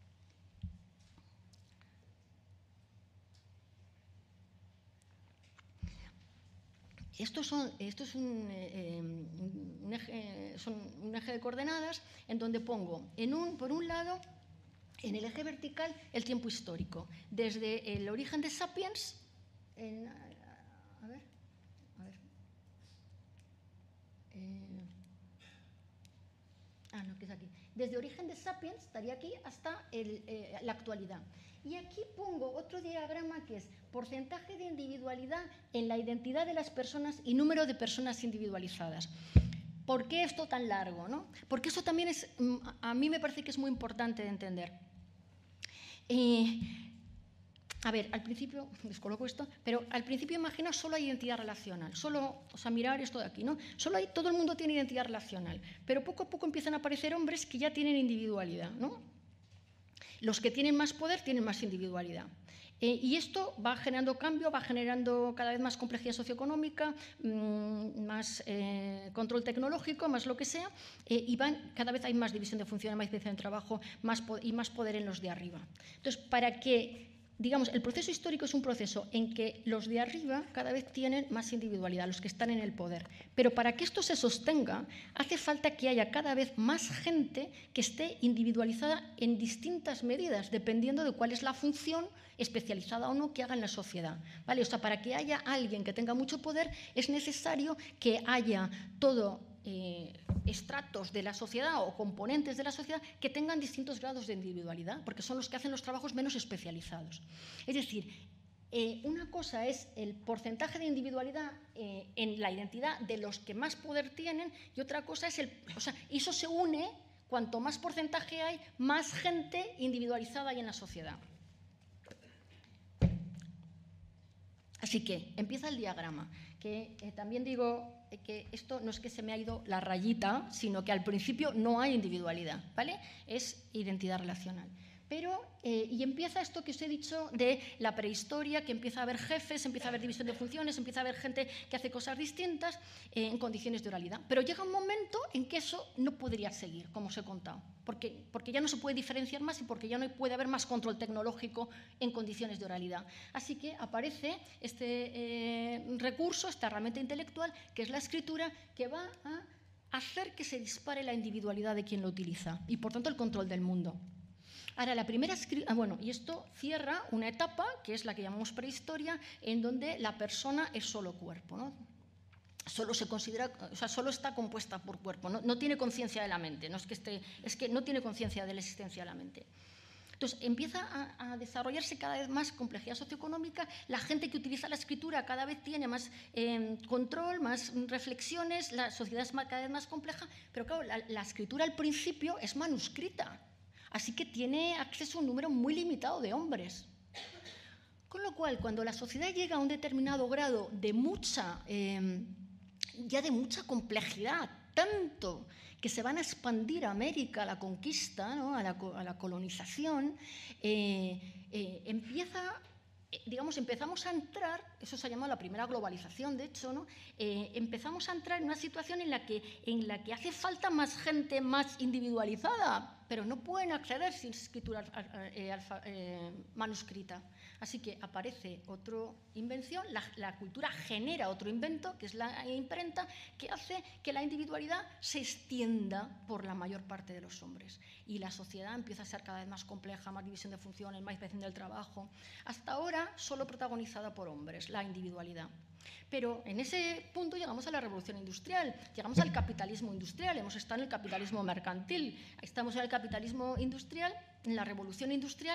Esto, son, esto es un, eh, un, eje, son un eje de coordenadas en donde pongo, en un, por un lado, en el eje vertical, el tiempo histórico. Desde el origen de Sapiens, en, a ver, a ver, eh, ah, no, que es aquí. Desde origen de Sapiens, estaría aquí, hasta el, eh, la actualidad. Y aquí pongo otro diagrama que es porcentaje de individualidad en la identidad de las personas y número de personas individualizadas. ¿Por qué esto tan largo, no? Porque eso también es, a mí me parece que es muy importante de entender. Eh, a ver, al principio, descoloco esto, pero al principio imagina solo hay identidad relacional, solo, o sea, mirar esto de aquí, ¿no? Solo hay, todo el mundo tiene identidad relacional, pero poco a poco empiezan a aparecer hombres que ya tienen individualidad, ¿no? Los que tienen más poder tienen más individualidad. Eh, y esto va generando cambio, va generando cada vez más complejidad socioeconómica, mmm, más eh, control tecnológico, más lo que sea, eh, y van, cada vez hay más división de funciones, más división de trabajo más y más poder en los de arriba. Entonces, para que, digamos, el proceso histórico es un proceso en que los de arriba cada vez tienen más individualidad, los que están en el poder. Pero para que esto se sostenga, hace falta que haya cada vez más gente que esté individualizada en distintas medidas, dependiendo de cuál es la función especializada o no que haga en la sociedad, ¿vale? O sea, para que haya alguien que tenga mucho poder, es necesario que haya todo Eh, estratos de la sociedad o componentes de la sociedad que tengan distintos grados de individualidad, porque son los que hacen los trabajos menos especializados. Es decir, eh, una cosa es el porcentaje de individualidad eh, en la identidad de los que más poder tienen y otra cosa es el... O sea, eso se une, cuanto más porcentaje hay, más gente individualizada hay en la sociedad. Así que empieza el diagrama, que eh, también digo eh, que esto no es que se me ha ido la rayita, sino que al principio no hay individualidad, ¿vale? Es identidad relacional. Pero, eh, y empieza esto que os he dicho de la prehistoria, que empieza a haber jefes, empieza a haber división de funciones, empieza a haber gente que hace cosas distintas eh, en condiciones de oralidad. Pero llega un momento en que eso no podría seguir, como os he contado, porque, porque ya no se puede diferenciar más y porque ya no puede haber más control tecnológico en condiciones de oralidad. Así que aparece este eh, recurso, esta herramienta intelectual, que es la escritura, que va a hacer que se dispare la individualidad de quien lo utiliza y, por tanto, el control del mundo. Ahora, la primera escritura, bueno, y esto cierra una etapa, que es la que llamamos prehistoria, en donde la persona es solo cuerpo, ¿no? Solo se considera, o sea, solo está compuesta por cuerpo, no, no tiene conciencia de la mente, no es que esté, es que no tiene conciencia de la existencia de la mente. Entonces, empieza a, a desarrollarse cada vez más complejidad socioeconómica, la gente que utiliza la escritura cada vez tiene más eh, control, más reflexiones, la sociedad es cada vez más compleja, pero claro, la, la escritura al principio es manuscrita. Así que tiene acceso a un número muy limitado de hombres. Con lo cual, cuando la sociedad llega a un determinado grado de mucha, eh, ya de mucha complejidad, tanto que se van a expandir a América, a la conquista, ¿no? a, la, a la colonización, eh, eh, empieza, digamos, empezamos a entrar, eso se ha llamado la primera globalización, de hecho, ¿no? eh, empezamos a entrar en una situación en la, que, en la que hace falta más gente más individualizada, pero no pueden acceder sin escritura eh, alfa, eh, manuscrita. Así que aparece otra invención, la, la cultura genera otro invento, que es la imprenta, que hace que la individualidad se extienda por la mayor parte de los hombres. Y la sociedad empieza a ser cada vez más compleja, más división de funciones, más división del trabajo. Hasta ahora, solo protagonizada por hombres, la individualidad. Pero en ese punto llegamos a la revolución industrial, llegamos al capitalismo industrial, hemos estado en el capitalismo mercantil, estamos en el capitalismo industrial, en la revolución industrial,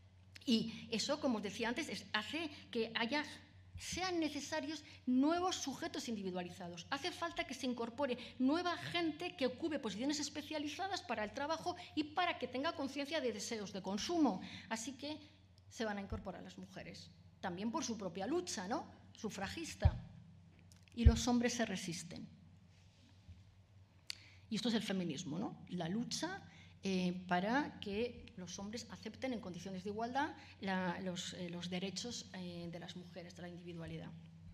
y eso, como os decía antes, es, hace que haya, sean necesarios nuevos sujetos individualizados. Hace falta que se incorpore nueva gente que ocupe posiciones especializadas para el trabajo y para que tenga conciencia de deseos de consumo. Así que se van a incorporar las mujeres, también por su propia lucha, ¿no? Sufragista, y los hombres se resisten. Y esto es el feminismo, ¿no? La lucha eh, para que los hombres acepten en condiciones de igualdad la, los, eh, los derechos eh, de las mujeres, de la individualidad.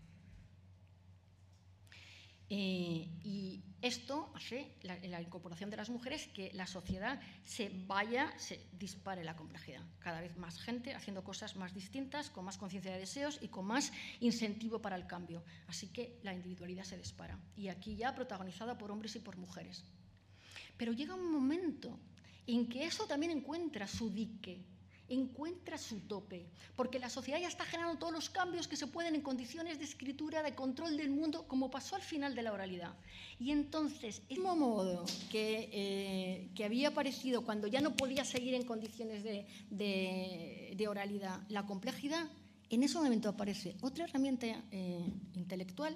Eh, y esto hace la, la incorporación de las mujeres que la sociedad se vaya, se dispare la complejidad. Cada vez más gente haciendo cosas más distintas, con más conciencia de deseos y con más incentivo para el cambio. Así que la individualidad se dispara. Y aquí ya protagonizada por hombres y por mujeres. Pero llega un momento en que eso también encuentra su dique, encuentra su tope, porque la sociedad ya está generando todos los cambios que se pueden en condiciones de escritura, de control del mundo, como pasó al final de la oralidad. Y entonces, el mismo modo que, eh, que había aparecido cuando ya no podía seguir en condiciones de, de, de oralidad la complejidad, en ese momento aparece otra herramienta eh, intelectual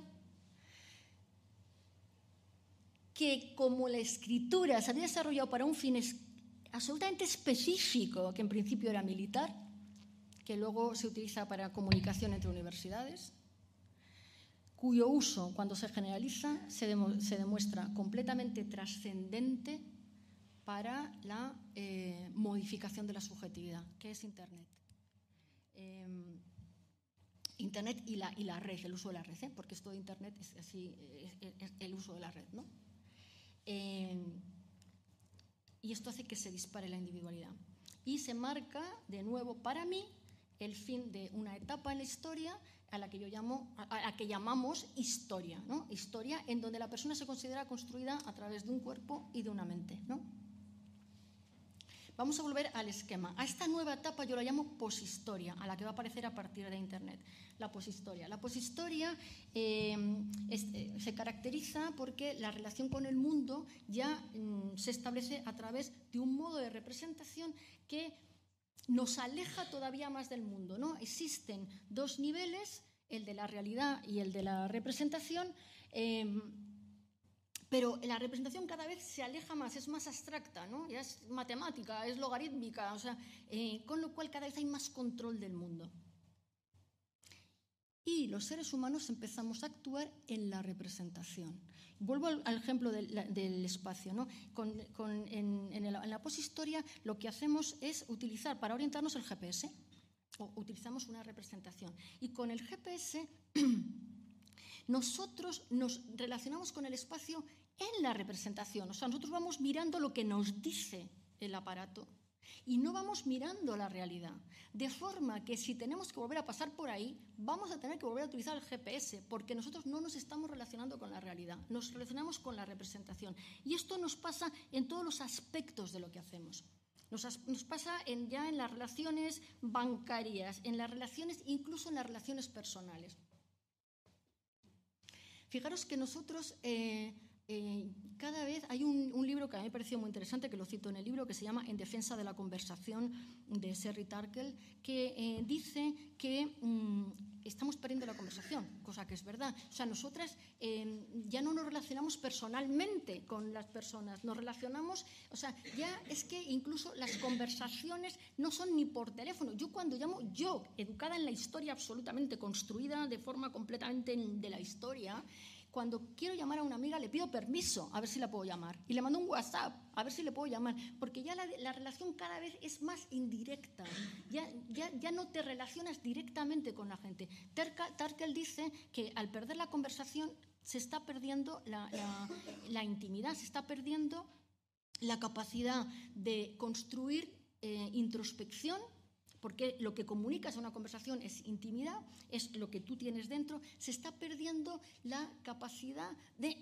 que, como la escritura se había desarrollado para un fin absolutamente específico, que en principio era militar, que luego se utiliza para comunicación entre universidades, cuyo uso, cuando se generaliza, se, demu se demuestra completamente trascendente para la eh, modificación de la subjetividad, que es Internet. Eh, Internet y la, y la red, el uso de la red, ¿eh? Porque esto de Internet es, así, es, es el uso de la red, ¿no? Eh, y esto hace que se dispare la individualidad. Y se marca, de nuevo, para mí, el fin de una etapa en la historia a la que yo llamo, a la que llamamos historia, ¿no? Historia en donde la persona se considera construida a través de un cuerpo y de una mente, ¿no? Vamos a volver al esquema. A esta nueva etapa yo la llamo poshistoria, a la que va a aparecer a partir de Internet. La poshistoria. La poshistoria eh, es, eh, se caracteriza porque la relación con el mundo ya mm, se establece a través de un modo de representación que nos aleja todavía más del mundo, ¿no? Existen dos niveles, el de la realidad y el de la representación, eh, pero la representación cada vez se aleja más, es más abstracta, ¿no? Ya es matemática, es logarítmica, o sea, eh, con lo cual cada vez hay más control del mundo. y los seres humanos empezamos a actuar en la representación. Vuelvo al, al ejemplo del, del espacio, ¿no? Con, con, en, en, el, en la poshistoria lo que hacemos es utilizar para orientarnos el G P S, o utilizamos una representación. Y con el G P S nosotros nos relacionamos con el espacio en la representación. O sea, nosotros vamos mirando lo que nos dice el aparato y no vamos mirando la realidad. De forma que si tenemos que volver a pasar por ahí, vamos a tener que volver a utilizar el G P S, porque nosotros no nos estamos relacionando con la realidad, nos relacionamos con la representación. Y esto nos pasa en todos los aspectos de lo que hacemos. Nos, nos pasa en, ya en las relaciones bancarias, en las relaciones, incluso en las relaciones personales. Fijaros que nosotros... Eh, Eh, cada vez hay un, un libro que a mí me pareció muy interesante, que lo cito en el libro, que se llama En defensa de la conversación, de Sherry Turkle, que eh, dice que mmm, estamos perdiendo la conversación, cosa que es verdad. O sea, nosotras eh, ya no nos relacionamos personalmente con las personas, nos relacionamos, o sea, ya es que incluso las conversaciones no son ni por teléfono. Yo cuando llamo, yo, educada en la historia, absolutamente construida de forma completamente de la historia, cuando quiero llamar a una amiga le pido permiso a ver si la puedo llamar y le mando un WhatsApp a ver si le puedo llamar, porque ya la, la relación cada vez es más indirecta, ya, ya, ya no te relacionas directamente con la gente. Turkle dice que al perder la conversación se está perdiendo la, la, la intimidad, se está perdiendo la capacidad de construir eh, introspección, porque lo que comunicas en una conversación es intimidad, es lo que tú tienes dentro. Se está perdiendo la capacidad de,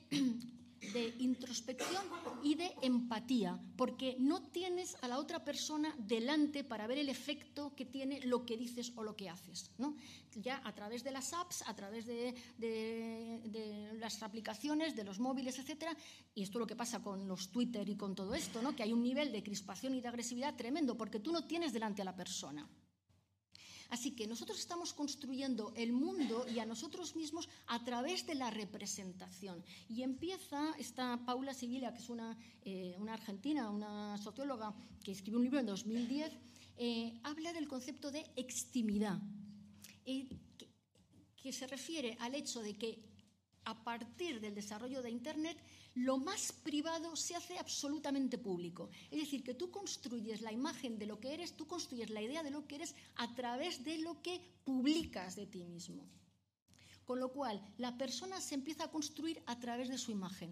de introspección y de empatía, porque no tienes a la otra persona delante para ver el efecto que tiene lo que dices o lo que haces, ¿no? Ya a través de las apps, a través de, de, de las aplicaciones, de los móviles, etcétera, y esto es lo que pasa con los Twitter y con todo esto, ¿no? Que hay un nivel de crispación y de agresividad tremendo, porque tú no tienes delante a la persona. Así que nosotros estamos construyendo el mundo y a nosotros mismos a través de la representación. Y empieza esta Paula Sibila, que es una, eh, una argentina, una socióloga, que escribió un libro en dos mil diez, eh, habla del concepto de extimidad, eh, que, que se refiere al hecho de que a partir del desarrollo de Internet, lo más privado se hace absolutamente público. Es decir, que tú construyes la imagen de lo que eres, tú construyes la idea de lo que eres a través de lo que publicas de ti mismo. Con lo cual, la persona se empieza a construir a través de su imagen.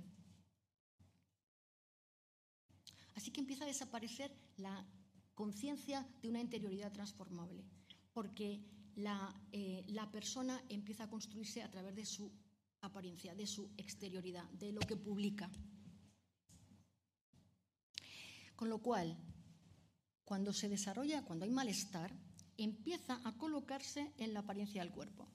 Así que empieza a desaparecer la conciencia de una interioridad transformable, porque la, eh, la persona empieza a construirse a través de su apariencia, de su exterioridad, de lo que publica. Con lo cual, cuando se desarrolla, cuando hay malestar, empieza a colocarse en la apariencia del cuerpo.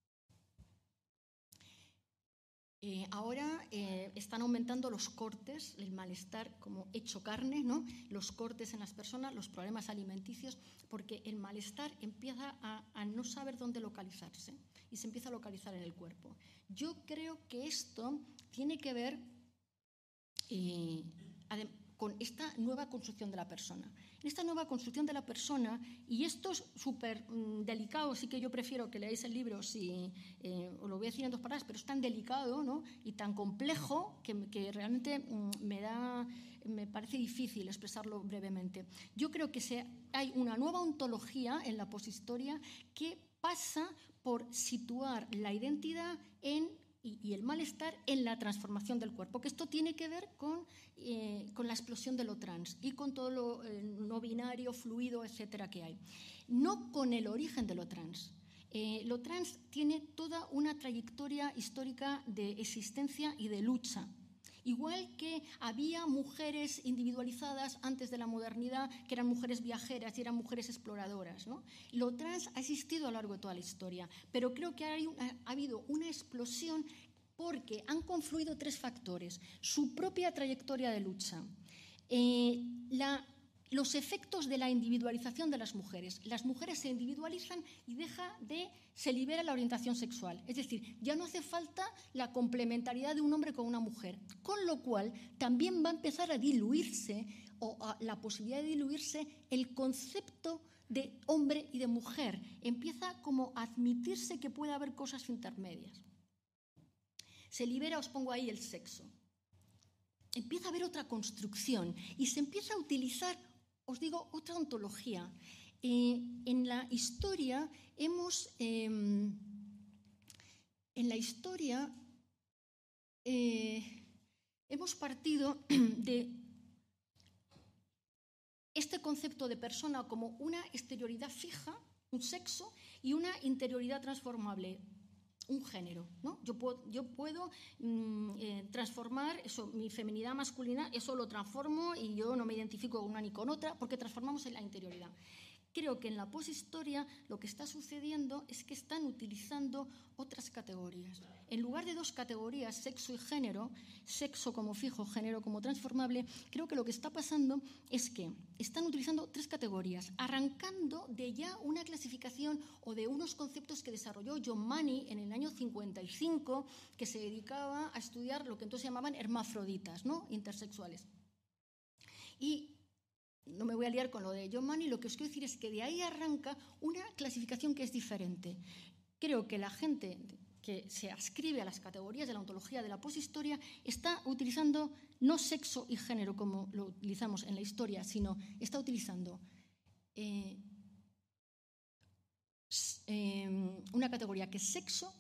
Eh, ahora eh, están aumentando los cortes, el malestar como hecho carne, ¿no? Los cortes en las personas, los problemas alimenticios, porque el malestar empieza a, a no saber dónde localizarse y se empieza a localizar en el cuerpo. Yo creo que esto tiene que ver eh, con esta nueva construcción de la persona. En esta nueva construcción de la persona, y esto es súper mmm, delicado, sí que yo prefiero que leáis el libro, si, eh, os lo voy a decir en dos palabras, pero es tan delicado, ¿no? Y tan complejo que, que realmente mmm, me, da, me parece difícil expresarlo brevemente. Yo creo que se, hay una nueva ontología en la poshistoria que pasa por situar la identidad en Y, y el malestar en la transformación del cuerpo, que esto tiene que ver con, eh, con la explosión de lo trans y con todo lo eh, no binario, fluido, etcétera, que hay. No con el origen de lo trans. Eh, lo trans tiene toda una trayectoria histórica de existencia y de lucha. Igual que había mujeres individualizadas antes de la modernidad, que eran mujeres viajeras y eran mujeres exploradoras, ¿no? Lo trans ha existido a lo largo de toda la historia, pero creo que hay una, ha habido una explosión porque han confluido tres factores. Su propia trayectoria de lucha, eh, la, los efectos de la individualización de las mujeres. Las mujeres se individualizan y deja de, se libera la orientación sexual. Es decir, ya no hace falta la complementariedad de un hombre con una mujer. Con lo cual, también va a empezar a diluirse, o a la posibilidad de diluirse, el concepto de hombre y de mujer. Empieza como a admitirse que puede haber cosas intermedias. Se libera, os pongo ahí el sexo. Empieza a haber otra construcción y se empieza a utilizar, os digo, otra ontología. Eh, en la historia hemos... Eh, en la historia eh, hemos partido de este concepto de persona como una exterioridad fija, un sexo, y una interioridad transformable, un género, ¿no? Yo puedo, yo puedo mmm, eh, transformar eso, mi feminidad masculina, eso lo transformo y yo no me identifico con una ni con otra, porque transformamos en la interioridad. Creo que en la poshistoria lo que está sucediendo es que están utilizando otras categorías. En lugar de dos categorías, sexo y género, sexo como fijo, género como transformable, creo que lo que está pasando es que están utilizando tres categorías, arrancando de ya una clasificación o de unos conceptos que desarrolló John Money en el año cincuenta y cinco, que se dedicaba a estudiar lo que entonces llamaban hermafroditas, ¿no? Intersexuales. Y no me voy a liar con lo de John Money, lo que os quiero decir es que de ahí arranca una clasificación que es diferente. Creo que la gente que se adscribe a las categorías de la ontología de la poshistoria está utilizando no sexo y género como lo utilizamos en la historia, sino está utilizando eh, eh, una categoría que es sexo,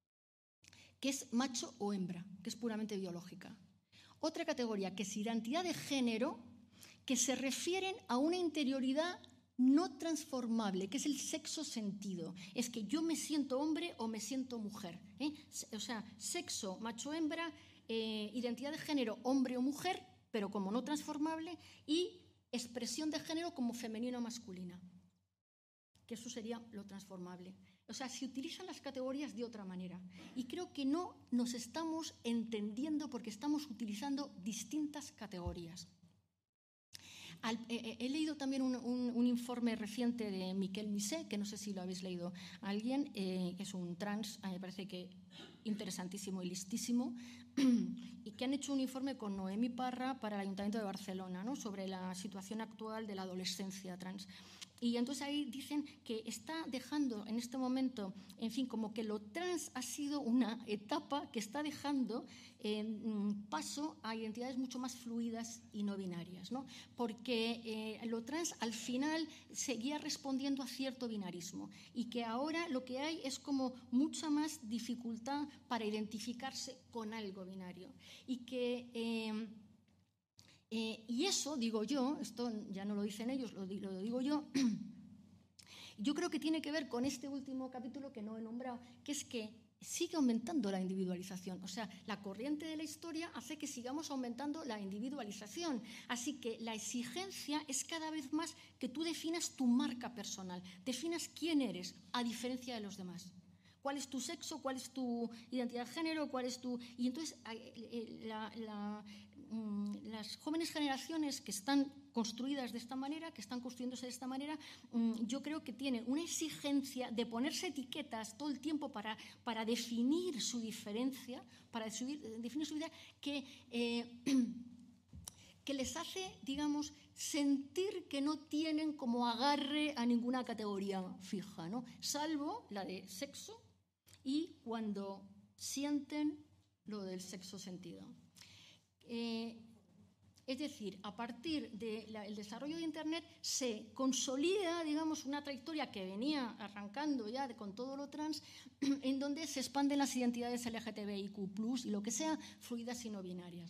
que es macho o hembra, que es puramente biológica. Otra categoría que es identidad de género, que se refieren a una interioridad no transformable, que es el sexo sentido. Es que yo me siento hombre o me siento mujer, ¿eh? O sea, sexo, macho-hembra, eh, identidad de género, hombre o mujer, pero como no transformable, y expresión de género como femenino o masculina, que eso sería lo transformable. O sea, se utilizan las categorías de otra manera. Y creo que no nos estamos entendiendo porque estamos utilizando distintas categorías. Al, eh, he leído también un, un, un informe reciente de Miquel Misé, que no sé si lo habéis leído alguien, eh, que es un trans, me parece que interesantísimo y listísimo, y que han hecho un informe con Noemi Parra para el Ayuntamiento de Barcelona, ¿no? Sobre la situación actual de la adolescencia trans. Y entonces ahí dicen que está dejando en este momento, en fin, como que lo trans ha sido una etapa que está dejando eh, paso a identidades mucho más fluidas y no binarias, ¿no? Porque eh, lo trans al final seguía respondiendo a cierto binarismo y que ahora lo que hay es como mucha más dificultad para identificarse con algo binario y que... Eh, Eh, y eso, digo yo, esto ya no lo dicen ellos, lo, lo digo yo, yo creo que tiene que ver con este último capítulo que no he nombrado, que es que sigue aumentando la individualización. O sea, la corriente de la historia hace que sigamos aumentando la individualización. Así que la exigencia es cada vez más que tú definas tu marca personal, definas quién eres, a diferencia de los demás. ¿Cuál es tu sexo? ¿Cuál es tu identidad de género? ¿Cuál es tu...? Y entonces la... la las jóvenes generaciones que están construidas de esta manera, que están construyéndose de esta manera, yo creo que tienen una exigencia de ponerse etiquetas todo el tiempo para, para definir su diferencia, para definir, definir su vida, que, eh, que les hace, digamos, sentir que no tienen como agarre a ninguna categoría fija, ¿no? Salvo la de sexo y cuando sienten lo del sexo sentido. Eh, es decir, a partir del de desarrollo de Internet se consolida, digamos, una trayectoria que venía arrancando ya de, con todo lo trans, en donde se expanden las identidades L G T B I Q plus, y lo que sea, fluidas y no binarias.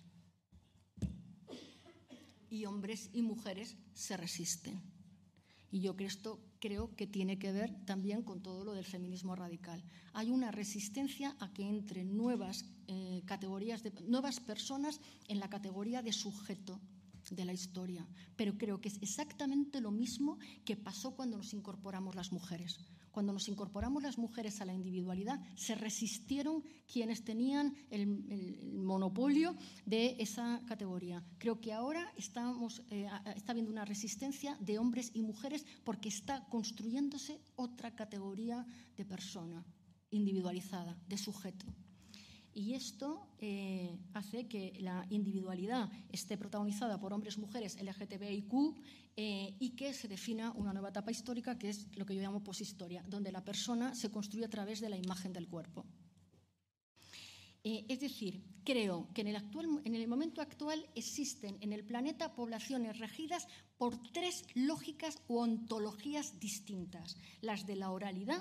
Y hombres y mujeres se resisten. Y yo creo, esto creo que tiene que ver también con todo lo del feminismo radical. Hay una resistencia a que entren nuevas eh, categorías, de, nuevas personas en la categoría de sujeto de la historia. Pero creo que es exactamente lo mismo que pasó cuando nos incorporamos las mujeres. Cuando nos incorporamos las mujeres a la individualidad, se resistieron quienes tenían el, el monopolio de esa categoría. Creo que ahora estamos, eh, está habiendo una resistencia de hombres y mujeres porque está construyéndose otra categoría de persona individualizada, de sujeto. Y esto eh, hace que la individualidad esté protagonizada por hombres, mujeres, L G T B I Q eh, y que se defina una nueva etapa histórica que es lo que yo llamo poshistoria, donde la persona se construye a través de la imagen del cuerpo. Eh, es decir, creo que en el, actual, en el momento actual existen en el planeta poblaciones regidas por tres lógicas u ontologías distintas. Las de la oralidad,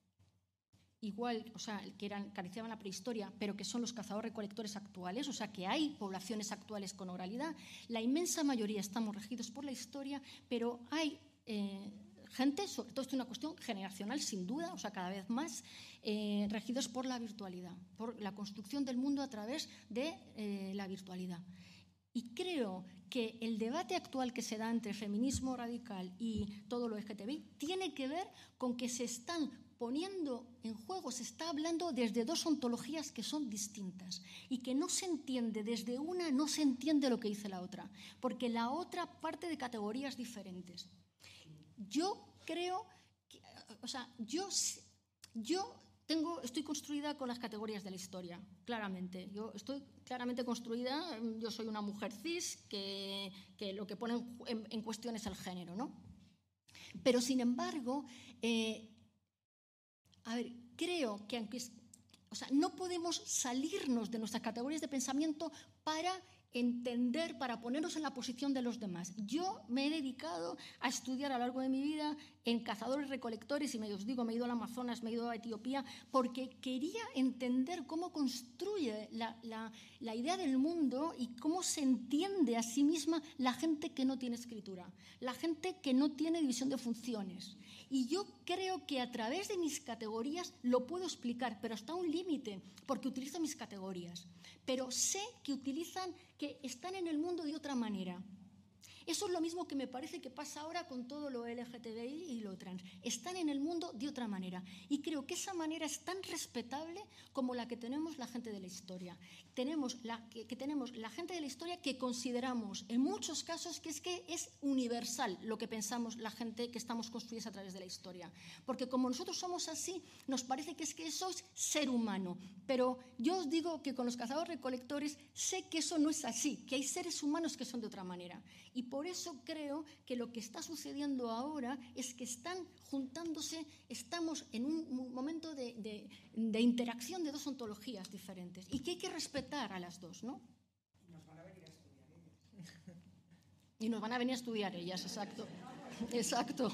igual, o sea, que eran, acariciaban la prehistoria, pero que son los cazadores-recolectores actuales, o sea, que hay poblaciones actuales con oralidad. La inmensa mayoría estamos regidos por la historia, pero hay eh, gente, sobre todo esto es una cuestión generacional, sin duda, o sea, cada vez más, eh, regidos por la virtualidad, por la construcción del mundo a través de eh, la virtualidad. Y creo que el debate actual que se da entre feminismo radical y todo lo L G T B I tiene que ver con que se están poniendo en juego, se está hablando desde dos ontologías que son distintas y que no se entiende, desde una no se entiende lo que dice la otra, porque la otra parte de categorías diferentes. Yo creo, que, o sea, yo, yo tengo, estoy construida con las categorías de la historia, claramente. Yo estoy claramente construida, yo soy una mujer cis, que, que lo que pone en, en cuestión es el género, ¿no? Pero, sin embargo, eh, a ver, creo que aunque, o sea, no podemos salirnos de nuestras categorías de pensamiento para entender, para ponernos en la posición de los demás. Yo me he dedicado a estudiar a lo largo de mi vida en cazadores recolectores y me os digo, me he ido al Amazonas, me he ido a Etiopía, porque quería entender cómo construye la, la, la idea del mundo y cómo se entiende a sí misma la gente que no tiene escritura, la gente que no tiene división de funciones. Y yo creo que a través de mis categorías lo puedo explicar, pero hasta un límite, porque utilizo mis categorías. Pero sé que utilizan, que están en el mundo de otra manera. Eso es lo mismo que me parece que pasa ahora con todo lo L G T B I y lo trans. Están en el mundo de otra manera. Y creo que esa manera es tan respetable como la que tenemos la gente de la historia. Tenemos la, que, que tenemos la gente de la historia que consideramos en muchos casos que es que es universal lo que pensamos la gente que estamos construidas a través de la historia. Porque como nosotros somos así, nos parece que es que eso es ser humano. Pero yo os digo que con los cazadores-recolectores sé que eso no es así, que hay seres humanos que son de otra manera. Y por eso creo que lo que está sucediendo ahora es que están juntándose, estamos en un momento de, de, de interacción de dos ontologías diferentes y que hay que respetar a las dos, ¿no? Y nos van a venir a estudiar ellas. Y nos van a venir a estudiar ellas, exacto. Exacto.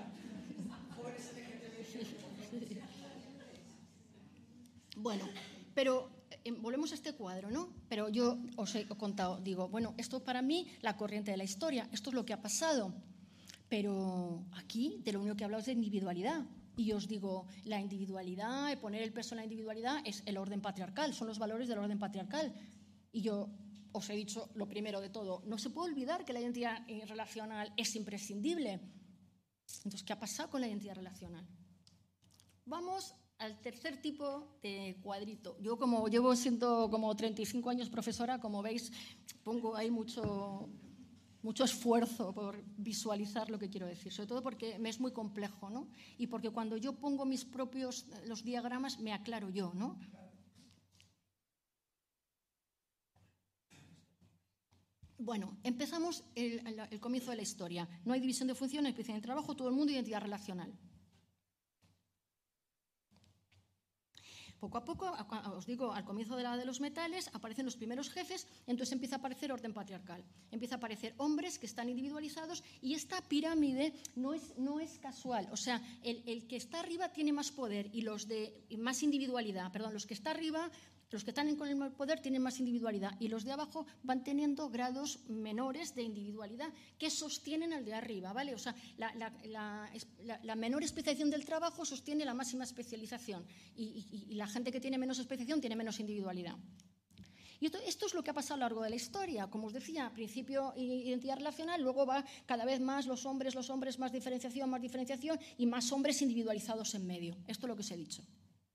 Bueno, pero eh, volvemos a este cuadro, ¿no? Pero yo os he contado, digo, bueno, esto para mí, la corriente de la historia, esto es lo que ha pasado. Pero aquí, de lo único que he hablado es de individualidad. Y os digo, la individualidad, poner el peso en la individualidad es el orden patriarcal, son los valores del orden patriarcal. Y yo os he dicho lo primero de todo, no se puede olvidar que la identidad relacional es imprescindible. Entonces, ¿qué ha pasado con la identidad relacional? Vamos al tercer tipo de cuadrito. Yo, como llevo siendo como treinta y cinco años profesora, como veis, pongo ahí mucho, mucho esfuerzo por visualizar lo que quiero decir, sobre todo porque me es muy complejo, ¿no? Y porque cuando yo pongo mis propios los diagramas me aclaro yo, ¿no? Bueno, empezamos el, el, el comienzo de la historia. No hay división de funciones, especialidad en trabajo, todo el mundo identidad relacional. Poco a poco, os digo, al comienzo de la de los metales aparecen los primeros jefes, entonces empieza a aparecer orden patriarcal. Empieza a aparecer hombres que están individualizados y esta pirámide no es, no es casual. O sea, el, el que está arriba tiene más poder y los de más individualidad. Perdón, los que está arriba, los que están con el poder tienen más individualidad y los de abajo van teniendo grados menores de individualidad que sostienen al de arriba, ¿vale? O sea, la, la, la, la, la menor especialización del trabajo sostiene la máxima especialización y, y, y la gente que tiene menos especialización tiene menos individualidad. Y esto, esto es lo que ha pasado a lo largo de la historia. Como os decía, al principio identidad relacional, luego va cada vez más los hombres, los hombres, más diferenciación, más diferenciación y más hombres individualizados en medio. Esto es lo que os he dicho.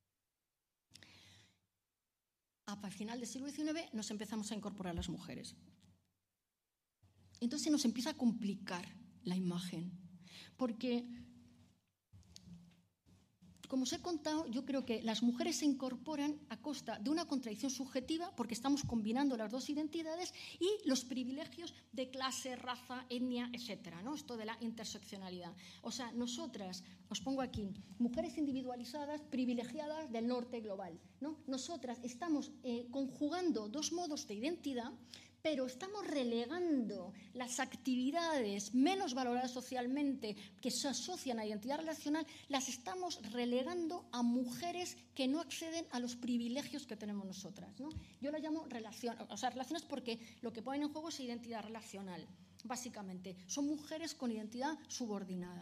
Al final del siglo diecinueve nos empezamos a incorporar las mujeres. Entonces se nos empieza a complicar la imagen, porque como os he contado, yo creo que las mujeres se incorporan a costa de una contradicción subjetiva, porque estamos combinando las dos identidades, y los privilegios de clase, raza, etnia, etcétera, ¿no? Esto de la interseccionalidad. O sea, nosotras, os pongo aquí, mujeres individualizadas, privilegiadas del norte global, ¿no? Nosotras estamos eh, conjugando dos modos de identidad, pero estamos relegando las actividades menos valoradas socialmente que se asocian a la identidad relacional, las estamos relegando a mujeres que no acceden a los privilegios que tenemos nosotras, ¿no? Yo lo llamo relación, o sea, relaciones porque lo que ponen en juego es identidad relacional, básicamente. Son mujeres con identidad subordinada.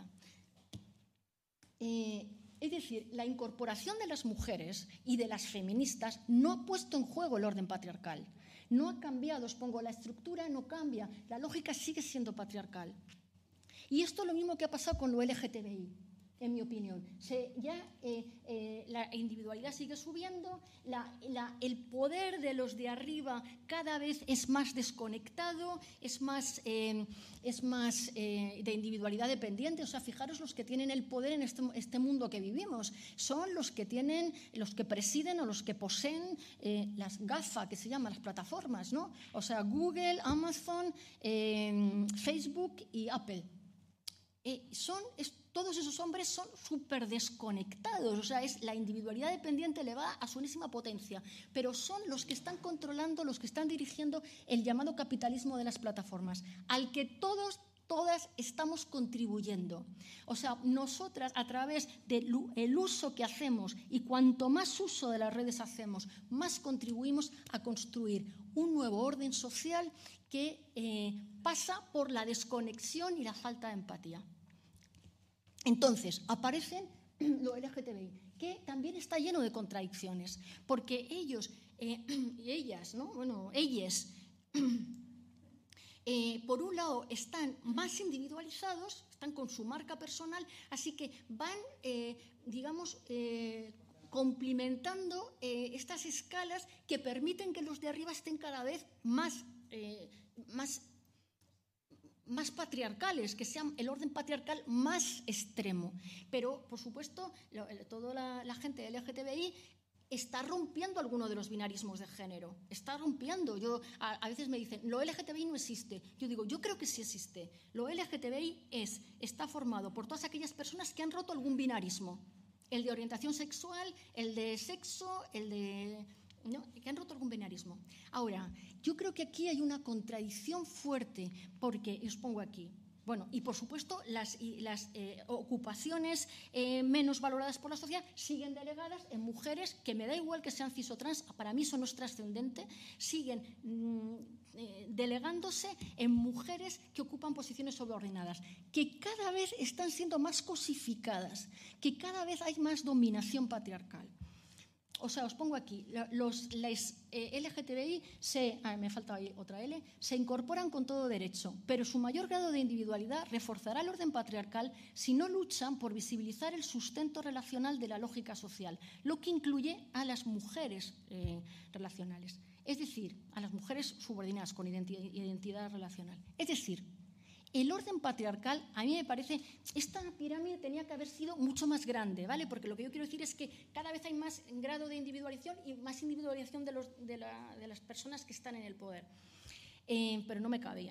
Eh, es decir, la incorporación de las mujeres y de las feministas no ha puesto en juego el orden patriarcal. No ha cambiado, os pongo, la estructura no cambia, la lógica sigue siendo patriarcal. Y esto es lo mismo que ha pasado con lo L G T B I, en mi opinión. Se, ya eh, eh, la individualidad sigue subiendo, la, la, el poder de los de arriba cada vez es más desconectado, es más, eh, es más eh, de individualidad dependiente. O sea, fijaros los que tienen el poder en este, este mundo que vivimos. Son los que tienen, los que presiden o los que poseen eh, las GAFA, que se llaman las plataformas, ¿no? O sea, Google, Amazon, eh, Facebook y Apple. Eh, son, es, todos esos hombres son súper desconectados, o sea, es la individualidad dependiente elevada a su enésima potencia, pero son los que están controlando, los que están dirigiendo el llamado capitalismo de las plataformas, al que todos, todas estamos contribuyendo. O sea, nosotras, a través del uso que hacemos, y cuanto más uso de las redes hacemos, más contribuimos a construir un nuevo orden social que eh, pasa por la desconexión y la falta de empatía. Entonces, aparecen lo L G T B I, que también está lleno de contradicciones, porque ellos eh, y ellas, ¿no? Bueno, ellas, eh, por un lado, están más individualizados, están con su marca personal, así que van, eh, digamos, eh, complementando eh, estas escalas que permiten que los de arriba estén cada vez más, eh, más más patriarcales, que sean el orden patriarcal más extremo. Pero, por supuesto, lo, toda la, la gente de L G T B I está rompiendo alguno de los binarismos de género. Está rompiendo. Yo, a, a veces me dicen, lo L G T B I no existe. Yo digo, yo creo que sí existe. Lo L G T B I es, está formado por todas aquellas personas que han roto algún binarismo. El de orientación sexual, el de sexo, el de... ¿no? Que han roto algún binarismo. Ahora, yo creo que aquí hay una contradicción fuerte, porque, os pongo aquí, bueno, y por supuesto las, y las eh, ocupaciones eh, menos valoradas por la sociedad siguen delegadas en mujeres, que me da igual que sean cis o trans, para mí eso no es trascendente, siguen mm, eh, delegándose en mujeres que ocupan posiciones sobreordinadas, que cada vez están siendo más cosificadas, que cada vez hay más dominación patriarcal. O sea, os pongo aquí, los les, eh, L G T B I, se, ah, me falta ahí otra L, se incorporan con todo derecho, pero su mayor grado de individualidad reforzará el orden patriarcal si no luchan por visibilizar el sustento relacional de la lógica social, lo que incluye a las mujeres eh, relacionales, es decir, a las mujeres subordinadas con identidad, identidad relacional. Es decir, el orden patriarcal, a mí me parece, esta pirámide tenía que haber sido mucho más grande, ¿vale? Porque lo que yo quiero decir es que cada vez hay más grado de individualización y más individualización de, los, de, la, de las personas que están en el poder. Eh, pero no me cabía.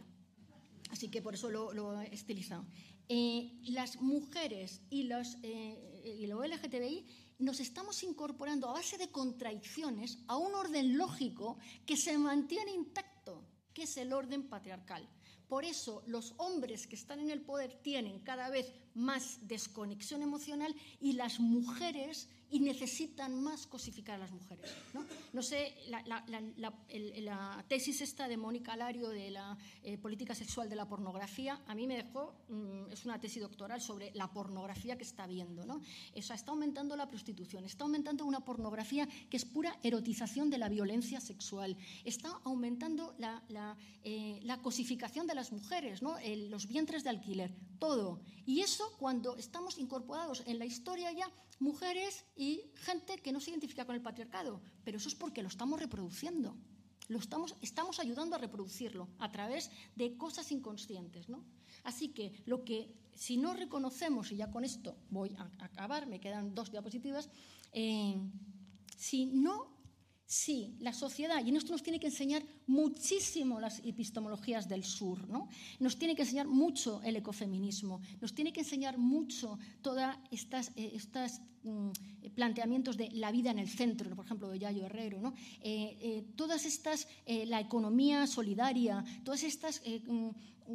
Así que por eso lo, lo he estilizado. Eh, las mujeres y los, eh, y lo L G T B I nos estamos incorporando a base de contradicciones a un orden lógico que se mantiene intacto, que es el orden patriarcal. Por eso los hombres que están en el poder tienen cada vez más desconexión emocional y las mujeres y necesitan más cosificar a las mujeres, ¿no? No sé, la, la, la, la, el, la tesis esta de Mónica Lario de la eh, política sexual de la pornografía, a mí me dejó, mm, es una tesis doctoral sobre la pornografía que está viendo, ¿no? O sea, está aumentando la prostitución, está aumentando una pornografía que es pura erotización de la violencia sexual, está aumentando la, la, eh, la cosificación de las mujeres, ¿no? El, los vientres de alquiler, todo. Y eso cuando estamos incorporados en la historia ya mujeres y gente que no se identifica con el patriarcado, pero eso es porque lo estamos reproduciendo. Lo estamos, estamos ayudando a reproducirlo a través de cosas inconscientes, ¿no? Así que, lo que si no reconocemos, y ya con esto voy a acabar, me quedan dos diapositivas, eh, si no, si la sociedad, y esto nos tiene que enseñar muchísimo las epistemologías del sur, ¿no? Nos tiene que enseñar mucho el ecofeminismo, nos tiene que enseñar mucho todas estas, eh, estas mm, planteamientos de la vida en el centro, ¿no? Por ejemplo, de Yayo Herrero, ¿no? Eh, eh, todas estas, eh, la economía solidaria, todas estas... Eh, mm,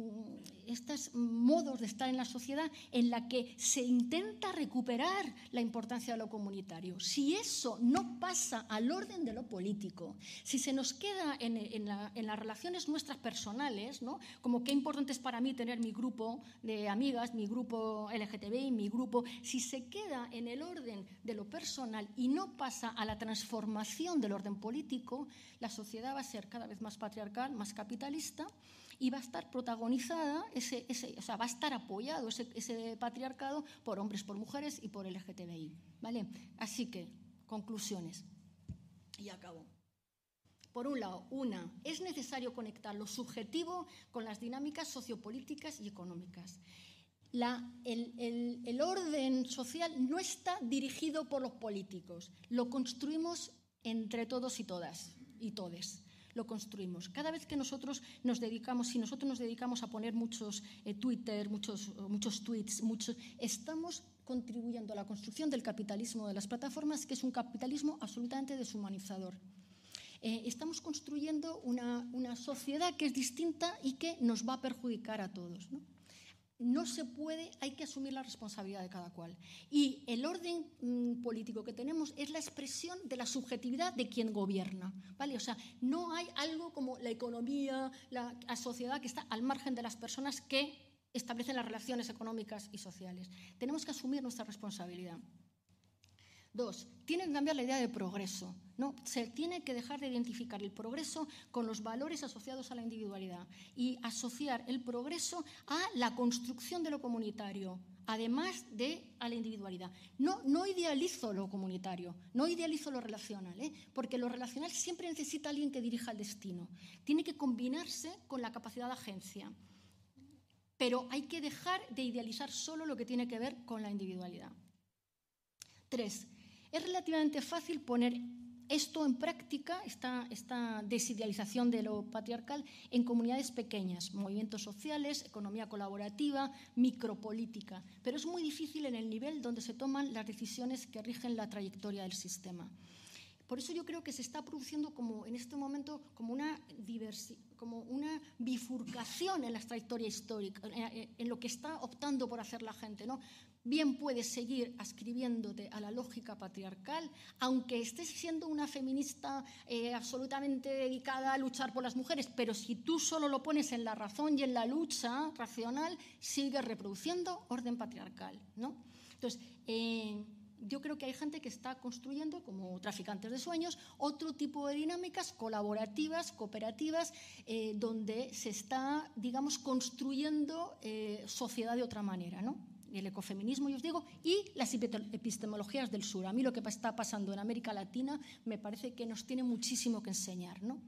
estos modos de estar en la sociedad en la que se intenta recuperar la importancia de lo comunitario. Si eso no pasa al orden de lo político, si se nos queda en, en, la, en las relaciones nuestras personales, ¿no? Como qué importante es para mí tener mi grupo de amigas, mi grupo L G T B I, mi grupo, si se queda en el orden de lo personal y no pasa a la transformación del orden político, la sociedad va a ser cada vez más patriarcal, más capitalista, y va a estar protagonizada, ese, ese, o sea, va a estar apoyado ese, ese patriarcado por hombres, por mujeres y por L G T B I, ¿vale? Así que, conclusiones. Y acabo. Por un lado, una, es necesario conectar lo subjetivo con las dinámicas sociopolíticas y económicas. La, el, el, el orden social no está dirigido por los políticos, lo construimos entre todos y todas y todes. Lo construimos. Cada vez que nosotros nos dedicamos, si nosotros nos dedicamos a poner muchos eh, Twitter, muchos, muchos tweets, muchos, estamos contribuyendo a la construcción del capitalismo de las plataformas, que es un capitalismo absolutamente deshumanizador. Eh, estamos construyendo una, una sociedad que es distinta y que nos va a perjudicar a todos, ¿no? No se puede, hay que asumir la responsabilidad de cada cual. Y el orden mmm, político que tenemos es la expresión de la subjetividad de quien gobierna, ¿vale? O sea, no hay algo como la economía, la, la sociedad que está al margen de las personas que establecen las relaciones económicas y sociales. Tenemos que asumir nuestra responsabilidad. Dos, tiene que cambiar la idea de progreso, ¿no? Se tiene que dejar de identificar el progreso con los valores asociados a la individualidad y asociar el progreso a la construcción de lo comunitario, además de a la individualidad. No, no idealizo lo comunitario, no idealizo lo relacional, ¿eh? Porque lo relacional siempre necesita a alguien que dirija el destino. Tiene que combinarse con la capacidad de agencia. Pero hay que dejar de idealizar solo lo que tiene que ver con la individualidad. Tres, es relativamente fácil poner esto en práctica, esta, esta desidealización de lo patriarcal, en comunidades pequeñas, movimientos sociales, economía colaborativa, micropolítica. Pero es muy difícil en el nivel donde se toman las decisiones que rigen la trayectoria del sistema. Por eso yo creo que se está produciendo como en este momento como una, diversi, como una bifurcación en la trayectoria histórica, en, en lo que está optando por hacer la gente, ¿no? Bien puedes seguir ascribiéndote a la lógica patriarcal, aunque estés siendo una feminista eh, absolutamente dedicada a luchar por las mujeres, pero si tú solo lo pones en la razón y en la lucha racional, sigues reproduciendo orden patriarcal, ¿no? Entonces, eh, yo creo que hay gente que está construyendo, como traficantes de sueños, otro tipo de dinámicas colaborativas, cooperativas, eh, donde se está, digamos, construyendo eh, sociedad de otra manera, ¿no? El ecofeminismo, yo os digo, y las epistemologías del sur. A mí lo que está pasando en América Latina me parece que nos tiene muchísimo que enseñar, ¿no?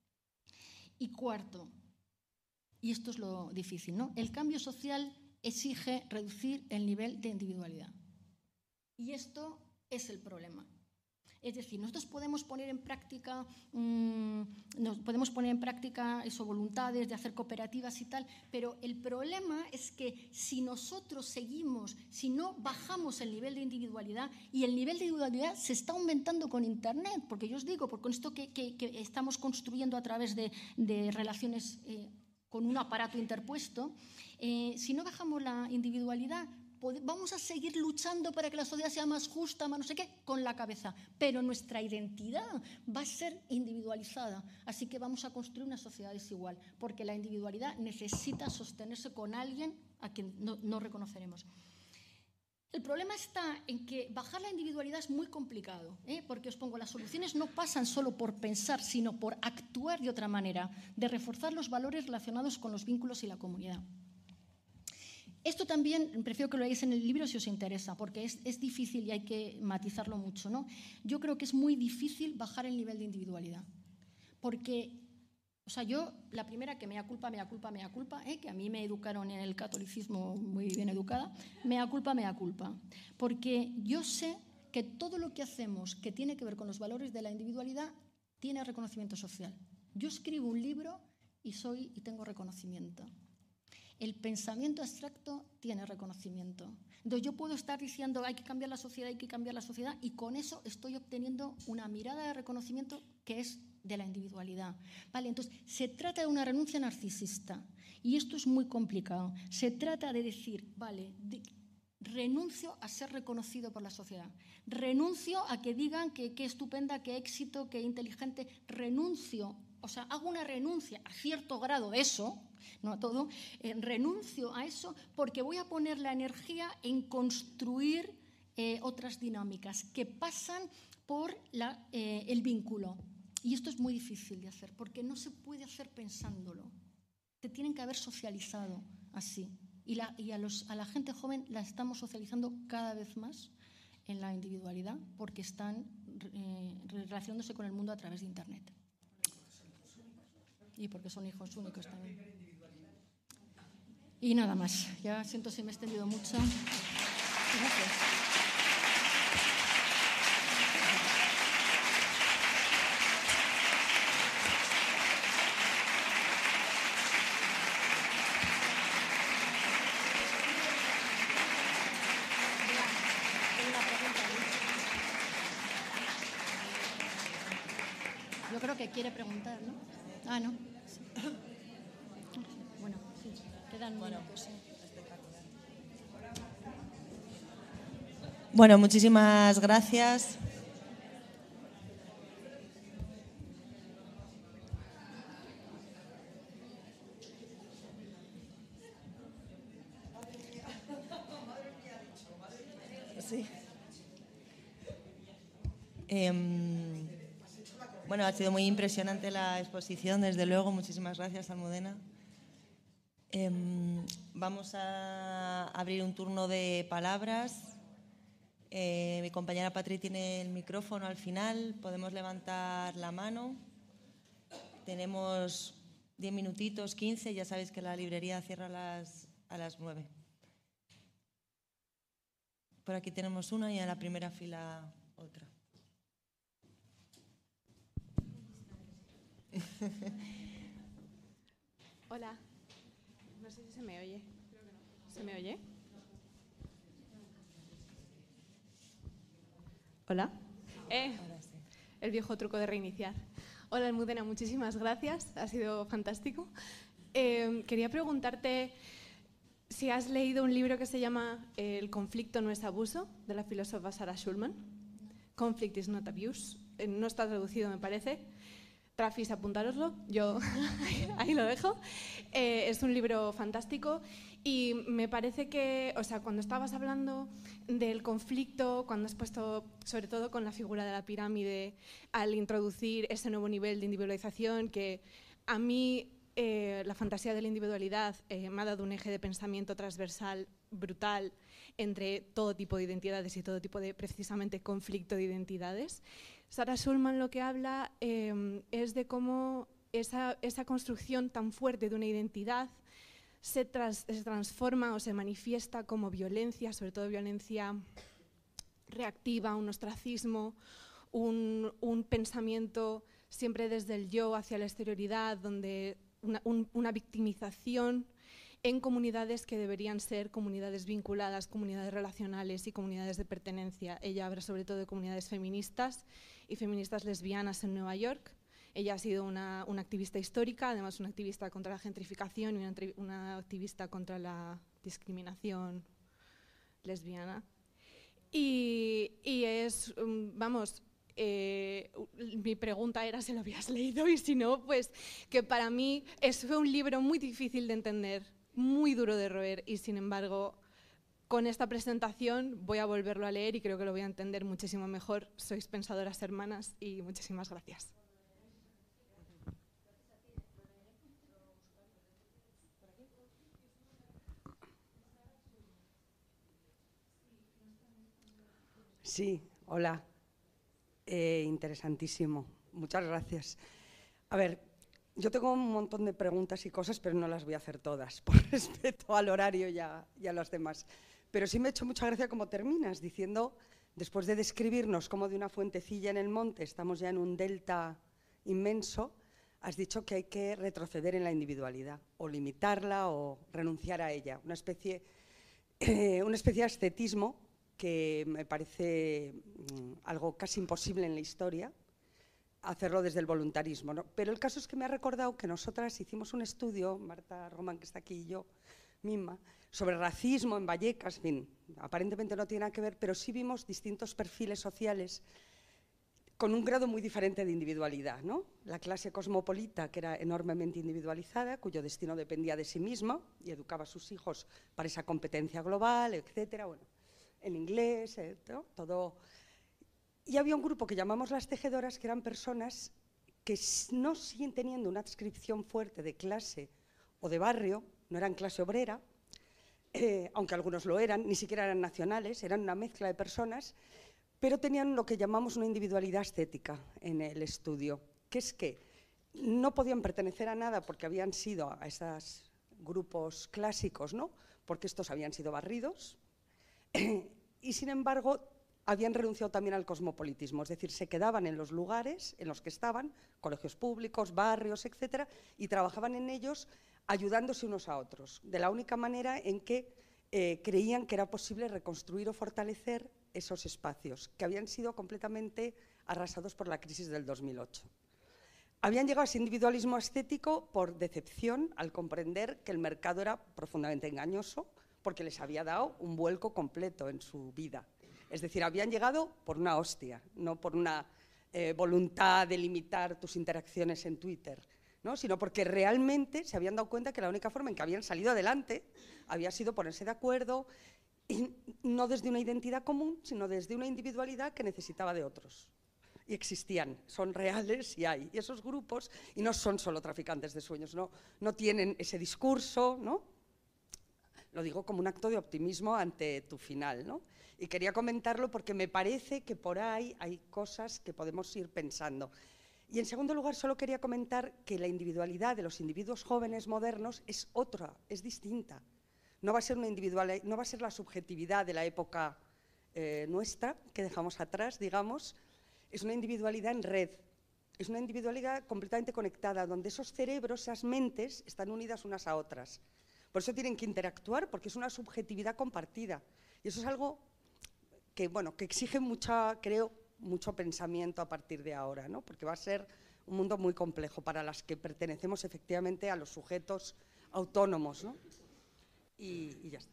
Y cuarto, y esto es lo difícil, ¿no? El cambio social exige reducir el nivel de individualidad. Y esto es el problema. Es decir, nosotros podemos poner en práctica, mmm, nos podemos poner en práctica eso, voluntades de hacer cooperativas y tal, pero el problema es que si nosotros seguimos, si no bajamos el nivel de individualidad, y el nivel de individualidad se está aumentando con Internet, porque yo os digo, por con esto que, que, que estamos construyendo a través de, de relaciones eh, con un aparato interpuesto, eh, si no bajamos la individualidad, vamos a seguir luchando para que la sociedad sea más justa, más no sé qué, con la cabeza. Pero nuestra identidad va a ser individualizada. Así que vamos a construir una sociedad desigual, porque la individualidad necesita sostenerse con alguien a quien no, no reconoceremos. El problema está en que bajar la individualidad es muy complicado, ¿eh? Porque os pongo, las soluciones no pasan solo por pensar, sino por actuar de otra manera, de reforzar los valores relacionados con los vínculos y la comunidad. Esto también, prefiero que lo leáis en el libro si os interesa, porque es, es difícil y hay que matizarlo mucho, ¿no? Yo creo que es muy difícil bajar el nivel de individualidad, porque, o sea, yo la primera que mea culpa, mea culpa, mea culpa, ¿eh? que a mí me educaron en el catolicismo muy bien educada, mea culpa, mea culpa, porque yo sé que todo lo que hacemos que tiene que ver con los valores de la individualidad tiene reconocimiento social. Yo escribo un libro y soy y tengo reconocimiento. El pensamiento abstracto tiene reconocimiento. Entonces yo puedo estar diciendo hay que cambiar la sociedad, hay que cambiar la sociedad, y con eso estoy obteniendo una mirada de reconocimiento que es de la individualidad. Vale, entonces se trata de una renuncia narcisista, y esto es muy complicado. Se trata de decir, vale, de, renuncio a ser reconocido por la sociedad, renuncio a que digan que qué estupenda, qué éxito, qué inteligente, renuncio, o sea, hago una renuncia a cierto grado de eso, no a todo, eh, renuncio a eso porque voy a poner la energía en construir eh, otras dinámicas que pasan por la, eh, el vínculo. Y esto es muy difícil de hacer porque no se puede hacer pensándolo. Te tienen que haber socializado así. Y, la, y a, los, a la gente joven la estamos socializando cada vez más en la individualidad porque están eh, relacionándose con el mundo a través de Internet. Y porque son hijos únicos también. Y nada más. Ya siento si me he extendido mucho. Gracias. Yo creo que quiere preguntar, ¿no? Ah, no. Sí. Bueno, sí. Quedan Bueno, minutos, sí. Bueno, muchísimas gracias. Sí. Eh, bueno, ha sido muy impresionante la exposición, desde luego. Muchísimas gracias, Almudena. Eh, vamos a abrir un turno de palabras. Eh, mi compañera Patri tiene el micrófono al final. Podemos levantar la mano. Tenemos diez minutitos, quince. Ya sabéis que la librería cierra a las, a las nueve. Por aquí tenemos una y en la primera fila otra. Hola. No sé si se me oye. ¿Se me oye? Hola. Eh, el viejo truco de reiniciar. Hola, Almudena, muchísimas gracias. Ha sido fantástico. Eh, quería preguntarte si has leído un libro que se llama El conflicto no es abuso, de la filósofa Sarah Schulman. Conflict is not abuse. Eh, no está traducido, me parece. Trafis, apuntároslo, yo ahí lo dejo. Eh, es un libro fantástico y me parece que, o sea, cuando estabas hablando del conflicto, cuando has puesto, sobre todo con la figura de la pirámide, al introducir ese nuevo nivel de individualización, que a mí eh, la fantasía de la individualidad eh, me ha dado un eje de pensamiento transversal brutal entre todo tipo de identidades y todo tipo de, precisamente, conflicto de identidades. Sarah Schulman lo que habla eh, es de cómo esa, esa construcción tan fuerte de una identidad se, tras, se transforma o se manifiesta como violencia, sobre todo violencia reactiva, un ostracismo, un, un pensamiento siempre desde el yo hacia la exterioridad, donde una, un, una victimización en comunidades que deberían ser comunidades vinculadas, comunidades relacionales y comunidades de pertenencia. Ella habla sobre todo de comunidades feministas y feministas lesbianas en Nueva York. Ella ha sido una, una activista histórica, además una activista contra la gentrificación y una, una activista contra la discriminación lesbiana. Y, y es, vamos, eh, mi pregunta era si lo habías leído y si no, pues que para mí es, fue un libro muy difícil de entender, muy duro de roer y sin embargo con esta presentación voy a volverlo a leer y creo que lo voy a entender muchísimo mejor. Sois pensadoras hermanas y muchísimas gracias. Sí, hola. Eh, interesantísimo. Muchas gracias. A ver, yo tengo un montón de preguntas y cosas, pero no las voy a hacer todas, por respeto al horario y a, y a los demás. Pero sí me ha hecho mucha gracia cómo terminas, diciendo, después de describirnos como de una fuentecilla en el monte estamos ya en un delta inmenso, has dicho que hay que retroceder en la individualidad, o limitarla o renunciar a ella. Una especie, eh, una especie de ascetismo que me parece mm, algo casi imposible en la historia, hacerlo desde el voluntarismo, ¿no? Pero el caso es que me ha recordado que nosotras hicimos un estudio, Marta Román, que está aquí, y yo misma, sobre racismo en Vallecas, en fin, aparentemente no tiene nada que ver, pero sí vimos distintos perfiles sociales con un grado muy diferente de individualidad, ¿no? La clase cosmopolita, que era enormemente individualizada, cuyo destino dependía de sí misma y educaba a sus hijos para esa competencia global, etcétera, bueno, en inglés, eh, ¿no? Todo. Y había un grupo que llamamos las tejedoras, que eran personas que no siguen teniendo una adscripción fuerte de clase o de barrio, no eran clase obrera, eh, aunque algunos lo eran, ni siquiera eran nacionales, eran una mezcla de personas, pero tenían lo que llamamos una individualidad estética en el estudio, que es que no podían pertenecer a nada porque habían sido a esos grupos clásicos, ¿no? Porque estos habían sido barridos, y sin embargo habían renunciado también al cosmopolitismo, es decir, se quedaban en los lugares en los que estaban, colegios públicos, barrios, etcétera, y trabajaban en ellos ayudándose unos a otros, de la única manera en que eh, creían que era posible reconstruir o fortalecer esos espacios, que habían sido completamente arrasados por la crisis del dos mil ocho. Habían llegado a ese individualismo estético por decepción, al comprender que el mercado era profundamente engañoso, porque les había dado un vuelco completo en su vida. Es decir, habían llegado por una hostia, no por una eh, voluntad de limitar tus interacciones en Twitter, ¿no? Sino porque realmente se habían dado cuenta que la única forma en que habían salido adelante había sido ponerse de acuerdo, y no desde una identidad común, sino desde una individualidad que necesitaba de otros. Y existían, son reales y hay. Y esos grupos, y no son solo traficantes de sueños, no, no tienen ese discurso, ¿no? Lo digo como un acto de optimismo ante tu final, ¿no? Y quería comentarlo porque me parece que por ahí hay cosas que podemos ir pensando. Y en segundo lugar, solo quería comentar que la individualidad de los individuos jóvenes modernos es otra, es distinta. No va a ser una individual, no va a ser la subjetividad de la época eh, nuestra, que dejamos atrás, digamos. Es una individualidad en red, es una individualidad completamente conectada, donde esos cerebros, esas mentes, están unidas unas a otras. Por eso tienen que interactuar, porque es una subjetividad compartida. Y eso es algo que, bueno, que exige mucha, creo, mucho pensamiento a partir de ahora, ¿no? Porque va a ser un mundo muy complejo para las que pertenecemos efectivamente a los sujetos autónomos, ¿no? Y, y ya está.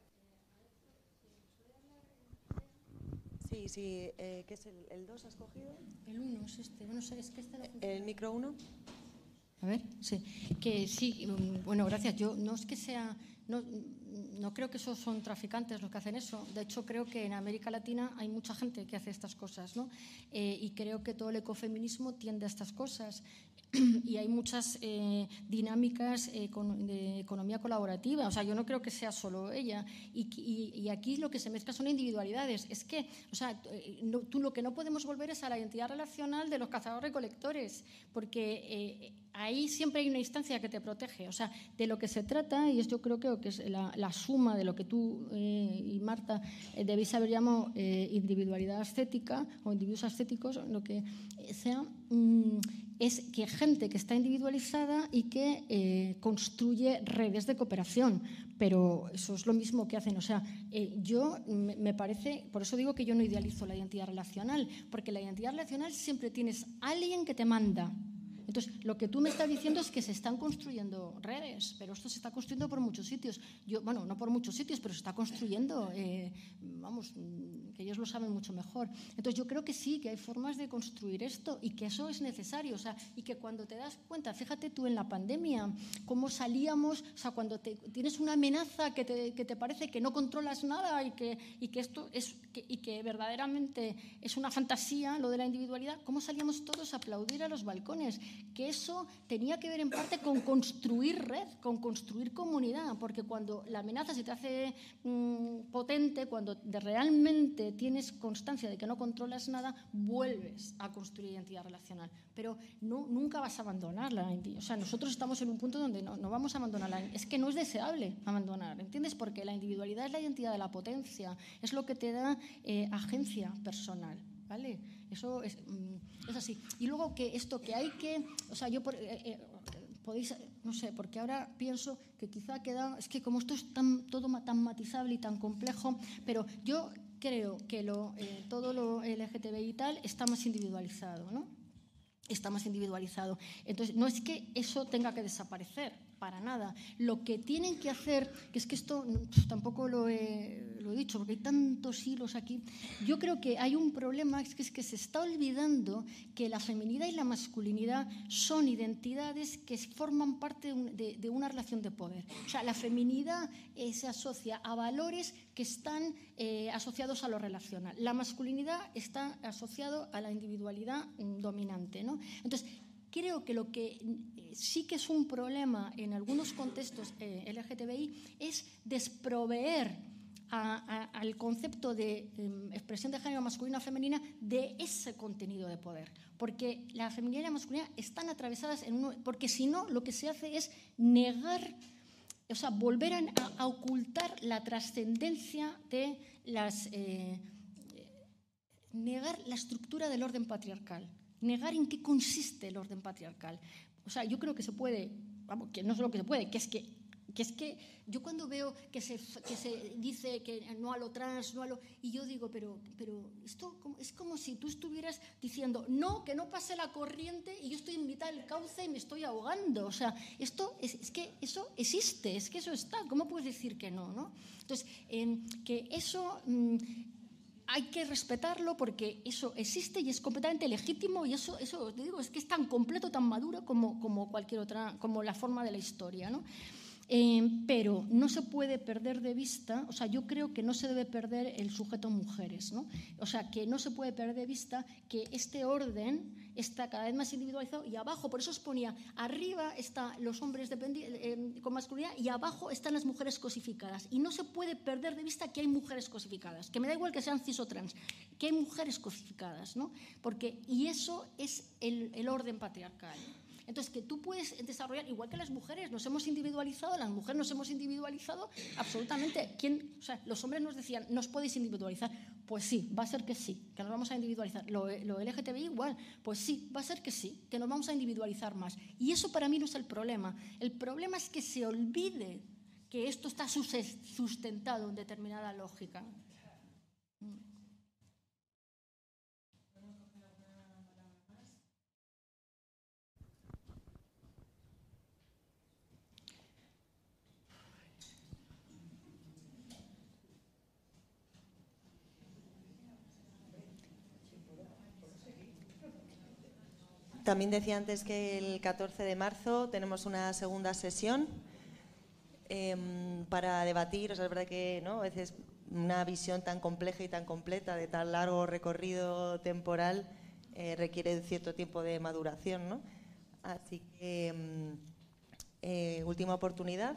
Sí, sí, eh, ¿qué es el, el dos has cogido? El uno es este, bueno, es que este no funciona. ¿El micro uno? A ver, sí, que sí, bueno, gracias. Yo no es que sea, no, no creo que esos son traficantes los que hacen eso. De hecho, creo que en América Latina hay mucha gente que hace estas cosas, ¿no? Eh, y creo que todo el ecofeminismo tiende a estas cosas. Y hay muchas eh, dinámicas eh, con, de economía colaborativa. O sea, yo no creo que sea solo ella. Y, y, y aquí lo que se mezcla son individualidades. Es que, o sea, no, tú lo que no podemos volver es a la identidad relacional de los cazadores-recolectores, porque eh, ahí siempre hay una instancia que te protege. O sea, de lo que se trata, y esto creo, creo que es la, la suma de lo que tú eh, y Marta eh, debéis haber llamado eh, individualidad estética o individuos estéticos, lo que sea, mmm, es que gente que está individualizada y que eh, construye redes de cooperación, pero eso es lo mismo que hacen. O sea, eh, yo me, me parece, por eso digo que yo no idealizo la identidad relacional, porque la identidad relacional siempre tienes alguien que te manda. Entonces, lo que tú me estás diciendo es que se están construyendo redes, pero esto se está construyendo por muchos sitios. Yo, bueno, no por muchos sitios, pero se está construyendo, eh, vamos, que ellos lo saben mucho mejor. Entonces, yo creo que sí, que hay formas de construir esto y que eso es necesario. O sea, y que cuando te das cuenta, fíjate tú en la pandemia, cómo salíamos, o sea, cuando te, tienes una amenaza que te, que te parece que no controlas nada y que, y que esto es, que, y que verdaderamente es una fantasía, lo de la individualidad, cómo salíamos todos a aplaudir a los balcones. Que eso tenía que ver en parte con construir red, con construir comunidad, porque cuando la amenaza se te hace mmm, potente, cuando de realmente repente tienes constancia de que no controlas nada, vuelves a construir identidad relacional. Pero no, nunca vas a abandonarla. O sea, nosotros estamos en un punto donde no, no vamos a abandonarla. Es que no es deseable abandonar, ¿entiendes? Porque la individualidad es la identidad de la potencia, es lo que te da eh, agencia personal, ¿vale? Eso es, es así. Y luego que esto que hay que... O sea, yo... Por, eh, eh, podéis, no sé, porque ahora pienso que quizá queda, es que como esto es tan, todo tan matizable y tan complejo, pero yo creo que lo, eh, todo lo L G T B I y tal está más individualizado, ¿no? Está más individualizado. Entonces, no es que eso tenga que desaparecer, para nada. Lo que tienen que hacer, que es que esto tampoco lo he, lo he dicho, porque hay tantos hilos aquí, yo creo que hay un problema, es que, es que se está olvidando que la feminidad y la masculinidad son identidades que forman parte de, un, de, de una relación de poder. O sea, la feminidad eh, se asocia a valores que están eh, asociados a lo relacional. La masculinidad está asociado a la individualidad mm, dominante, ¿no? Entonces, creo que lo que sí que es un problema en algunos contextos eh, L G T B I es desproveer a, a, al concepto de eh, expresión de género masculina o femenina de ese contenido de poder. Porque la feminidad y la masculinidad están atravesadas en uno, porque si no, lo que se hace es negar, o sea, volver a, a ocultar la trascendencia de las... Eh, negar la estructura del orden patriarcal. Negar en qué consiste el orden patriarcal. O sea, yo creo que se puede, vamos, que no solo que se puede, que es que, que, es que yo cuando veo que se, que se dice que no a lo trans, no a lo... Y yo digo, pero, pero esto es como si tú estuvieras diciendo, no, que no pase la corriente y yo estoy en mitad del cauce y me estoy ahogando. O sea, esto es, es que eso existe, es que eso está. ¿Cómo puedes decir que no, no? Entonces, eh, que eso... Mmm, hay que respetarlo porque eso existe y es completamente legítimo y eso, eso te digo, es que es tan completo, tan maduro como, como cualquier otra, como la forma de la historia, ¿no? Eh, pero no se puede perder de vista, o sea, yo creo que no se debe perder el sujeto mujeres, ¿no? O sea, que no se puede perder de vista que este orden está cada vez más individualizado y abajo, por eso os ponía, arriba están los hombres eh, con masculinidad y abajo están las mujeres cosificadas. Y no se puede perder de vista que hay mujeres cosificadas, que me da igual que sean cis o trans, que hay mujeres cosificadas, ¿no? Porque, y eso es el, el orden patriarcal. Entonces, que tú puedes desarrollar, igual que las mujeres, nos hemos individualizado, las mujeres nos hemos individualizado absolutamente. ¿Quién? O sea, los hombres nos decían, ¿no os podéis individualizar? Pues sí, va a ser que sí, que nos vamos a individualizar. Lo, lo L G T B I igual, pues sí, va a ser que sí, que nos vamos a individualizar más. Y eso para mí no es el problema. El problema es que se olvide que esto está sustentado en determinada lógica. También decía antes que el catorce de marzo tenemos una segunda sesión eh, para debatir. O sea, es verdad que, ¿no?, a veces una visión tan compleja y tan completa de tan largo recorrido temporal eh, requiere cierto tiempo de maduración, ¿no? Así que, eh, última oportunidad.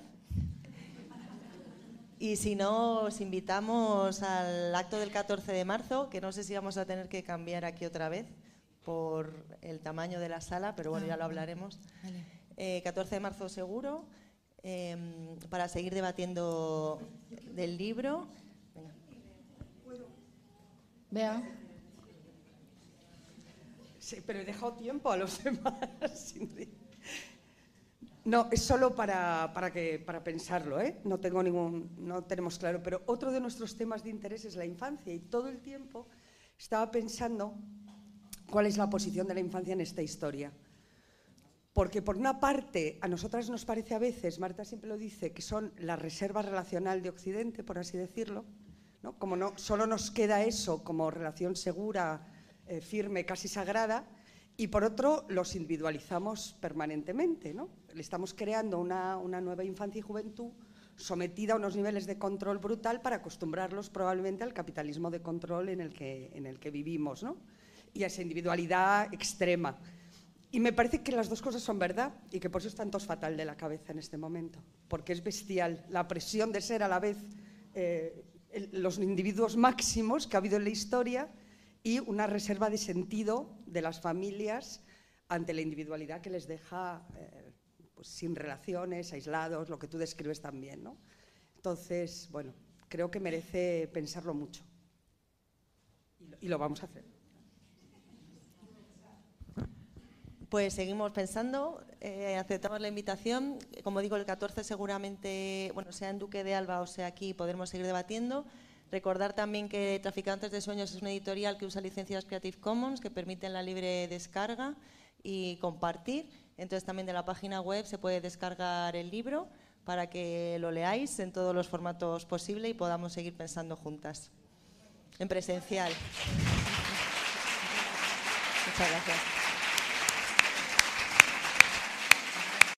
Y si no, os invitamos al acto del catorce de marzo, que no sé si vamos a tener que cambiar aquí otra vez por el tamaño de la sala, pero bueno, ya lo hablaremos. Vale. Eh, catorce de marzo seguro, eh, para seguir debatiendo del libro. Venga. Vea. Sí, pero he dejado tiempo a los demás. No, es solo para, para, que, para pensarlo, ¿eh? No tengo ningún, no tenemos claro, pero otro de nuestros temas de interés es la infancia y todo el tiempo estaba pensando cuál es la posición de la infancia en esta historia. Porque por una parte, a nosotras nos parece a veces, Marta siempre lo dice, que son la reserva relacional de Occidente, por así decirlo, ¿no? Como no, solo nos queda eso como relación segura, eh, firme, casi sagrada, y por otro los individualizamos permanentemente, ¿no? Le estamos creando una, una nueva infancia y juventud sometida a unos niveles de control brutal para acostumbrarlos probablemente al capitalismo de control en el que, en el que vivimos, ¿no? Y a esa individualidad extrema. Y me parece que las dos cosas son verdad y que por eso están todos fatal de la cabeza en este momento, porque es bestial la presión de ser a la vez eh, el, los individuos máximos que ha habido en la historia y una reserva de sentido de las familias ante la individualidad que les deja eh, pues, sin relaciones, aislados, lo que tú describes también, ¿no? Entonces, bueno, creo que merece pensarlo mucho. Y lo, y lo vamos a hacer. Pues seguimos pensando, eh, aceptamos la invitación. Como digo, el catorce seguramente, bueno, sea en Duque de Alba o sea aquí, podremos seguir debatiendo. Recordar también que Traficantes de Sueños es una editorial que usa licencias Creative Commons que permiten la libre descarga y compartir. Entonces también de la página web se puede descargar el libro para que lo leáis en todos los formatos posibles y podamos seguir pensando juntas. En presencial. Muchas gracias.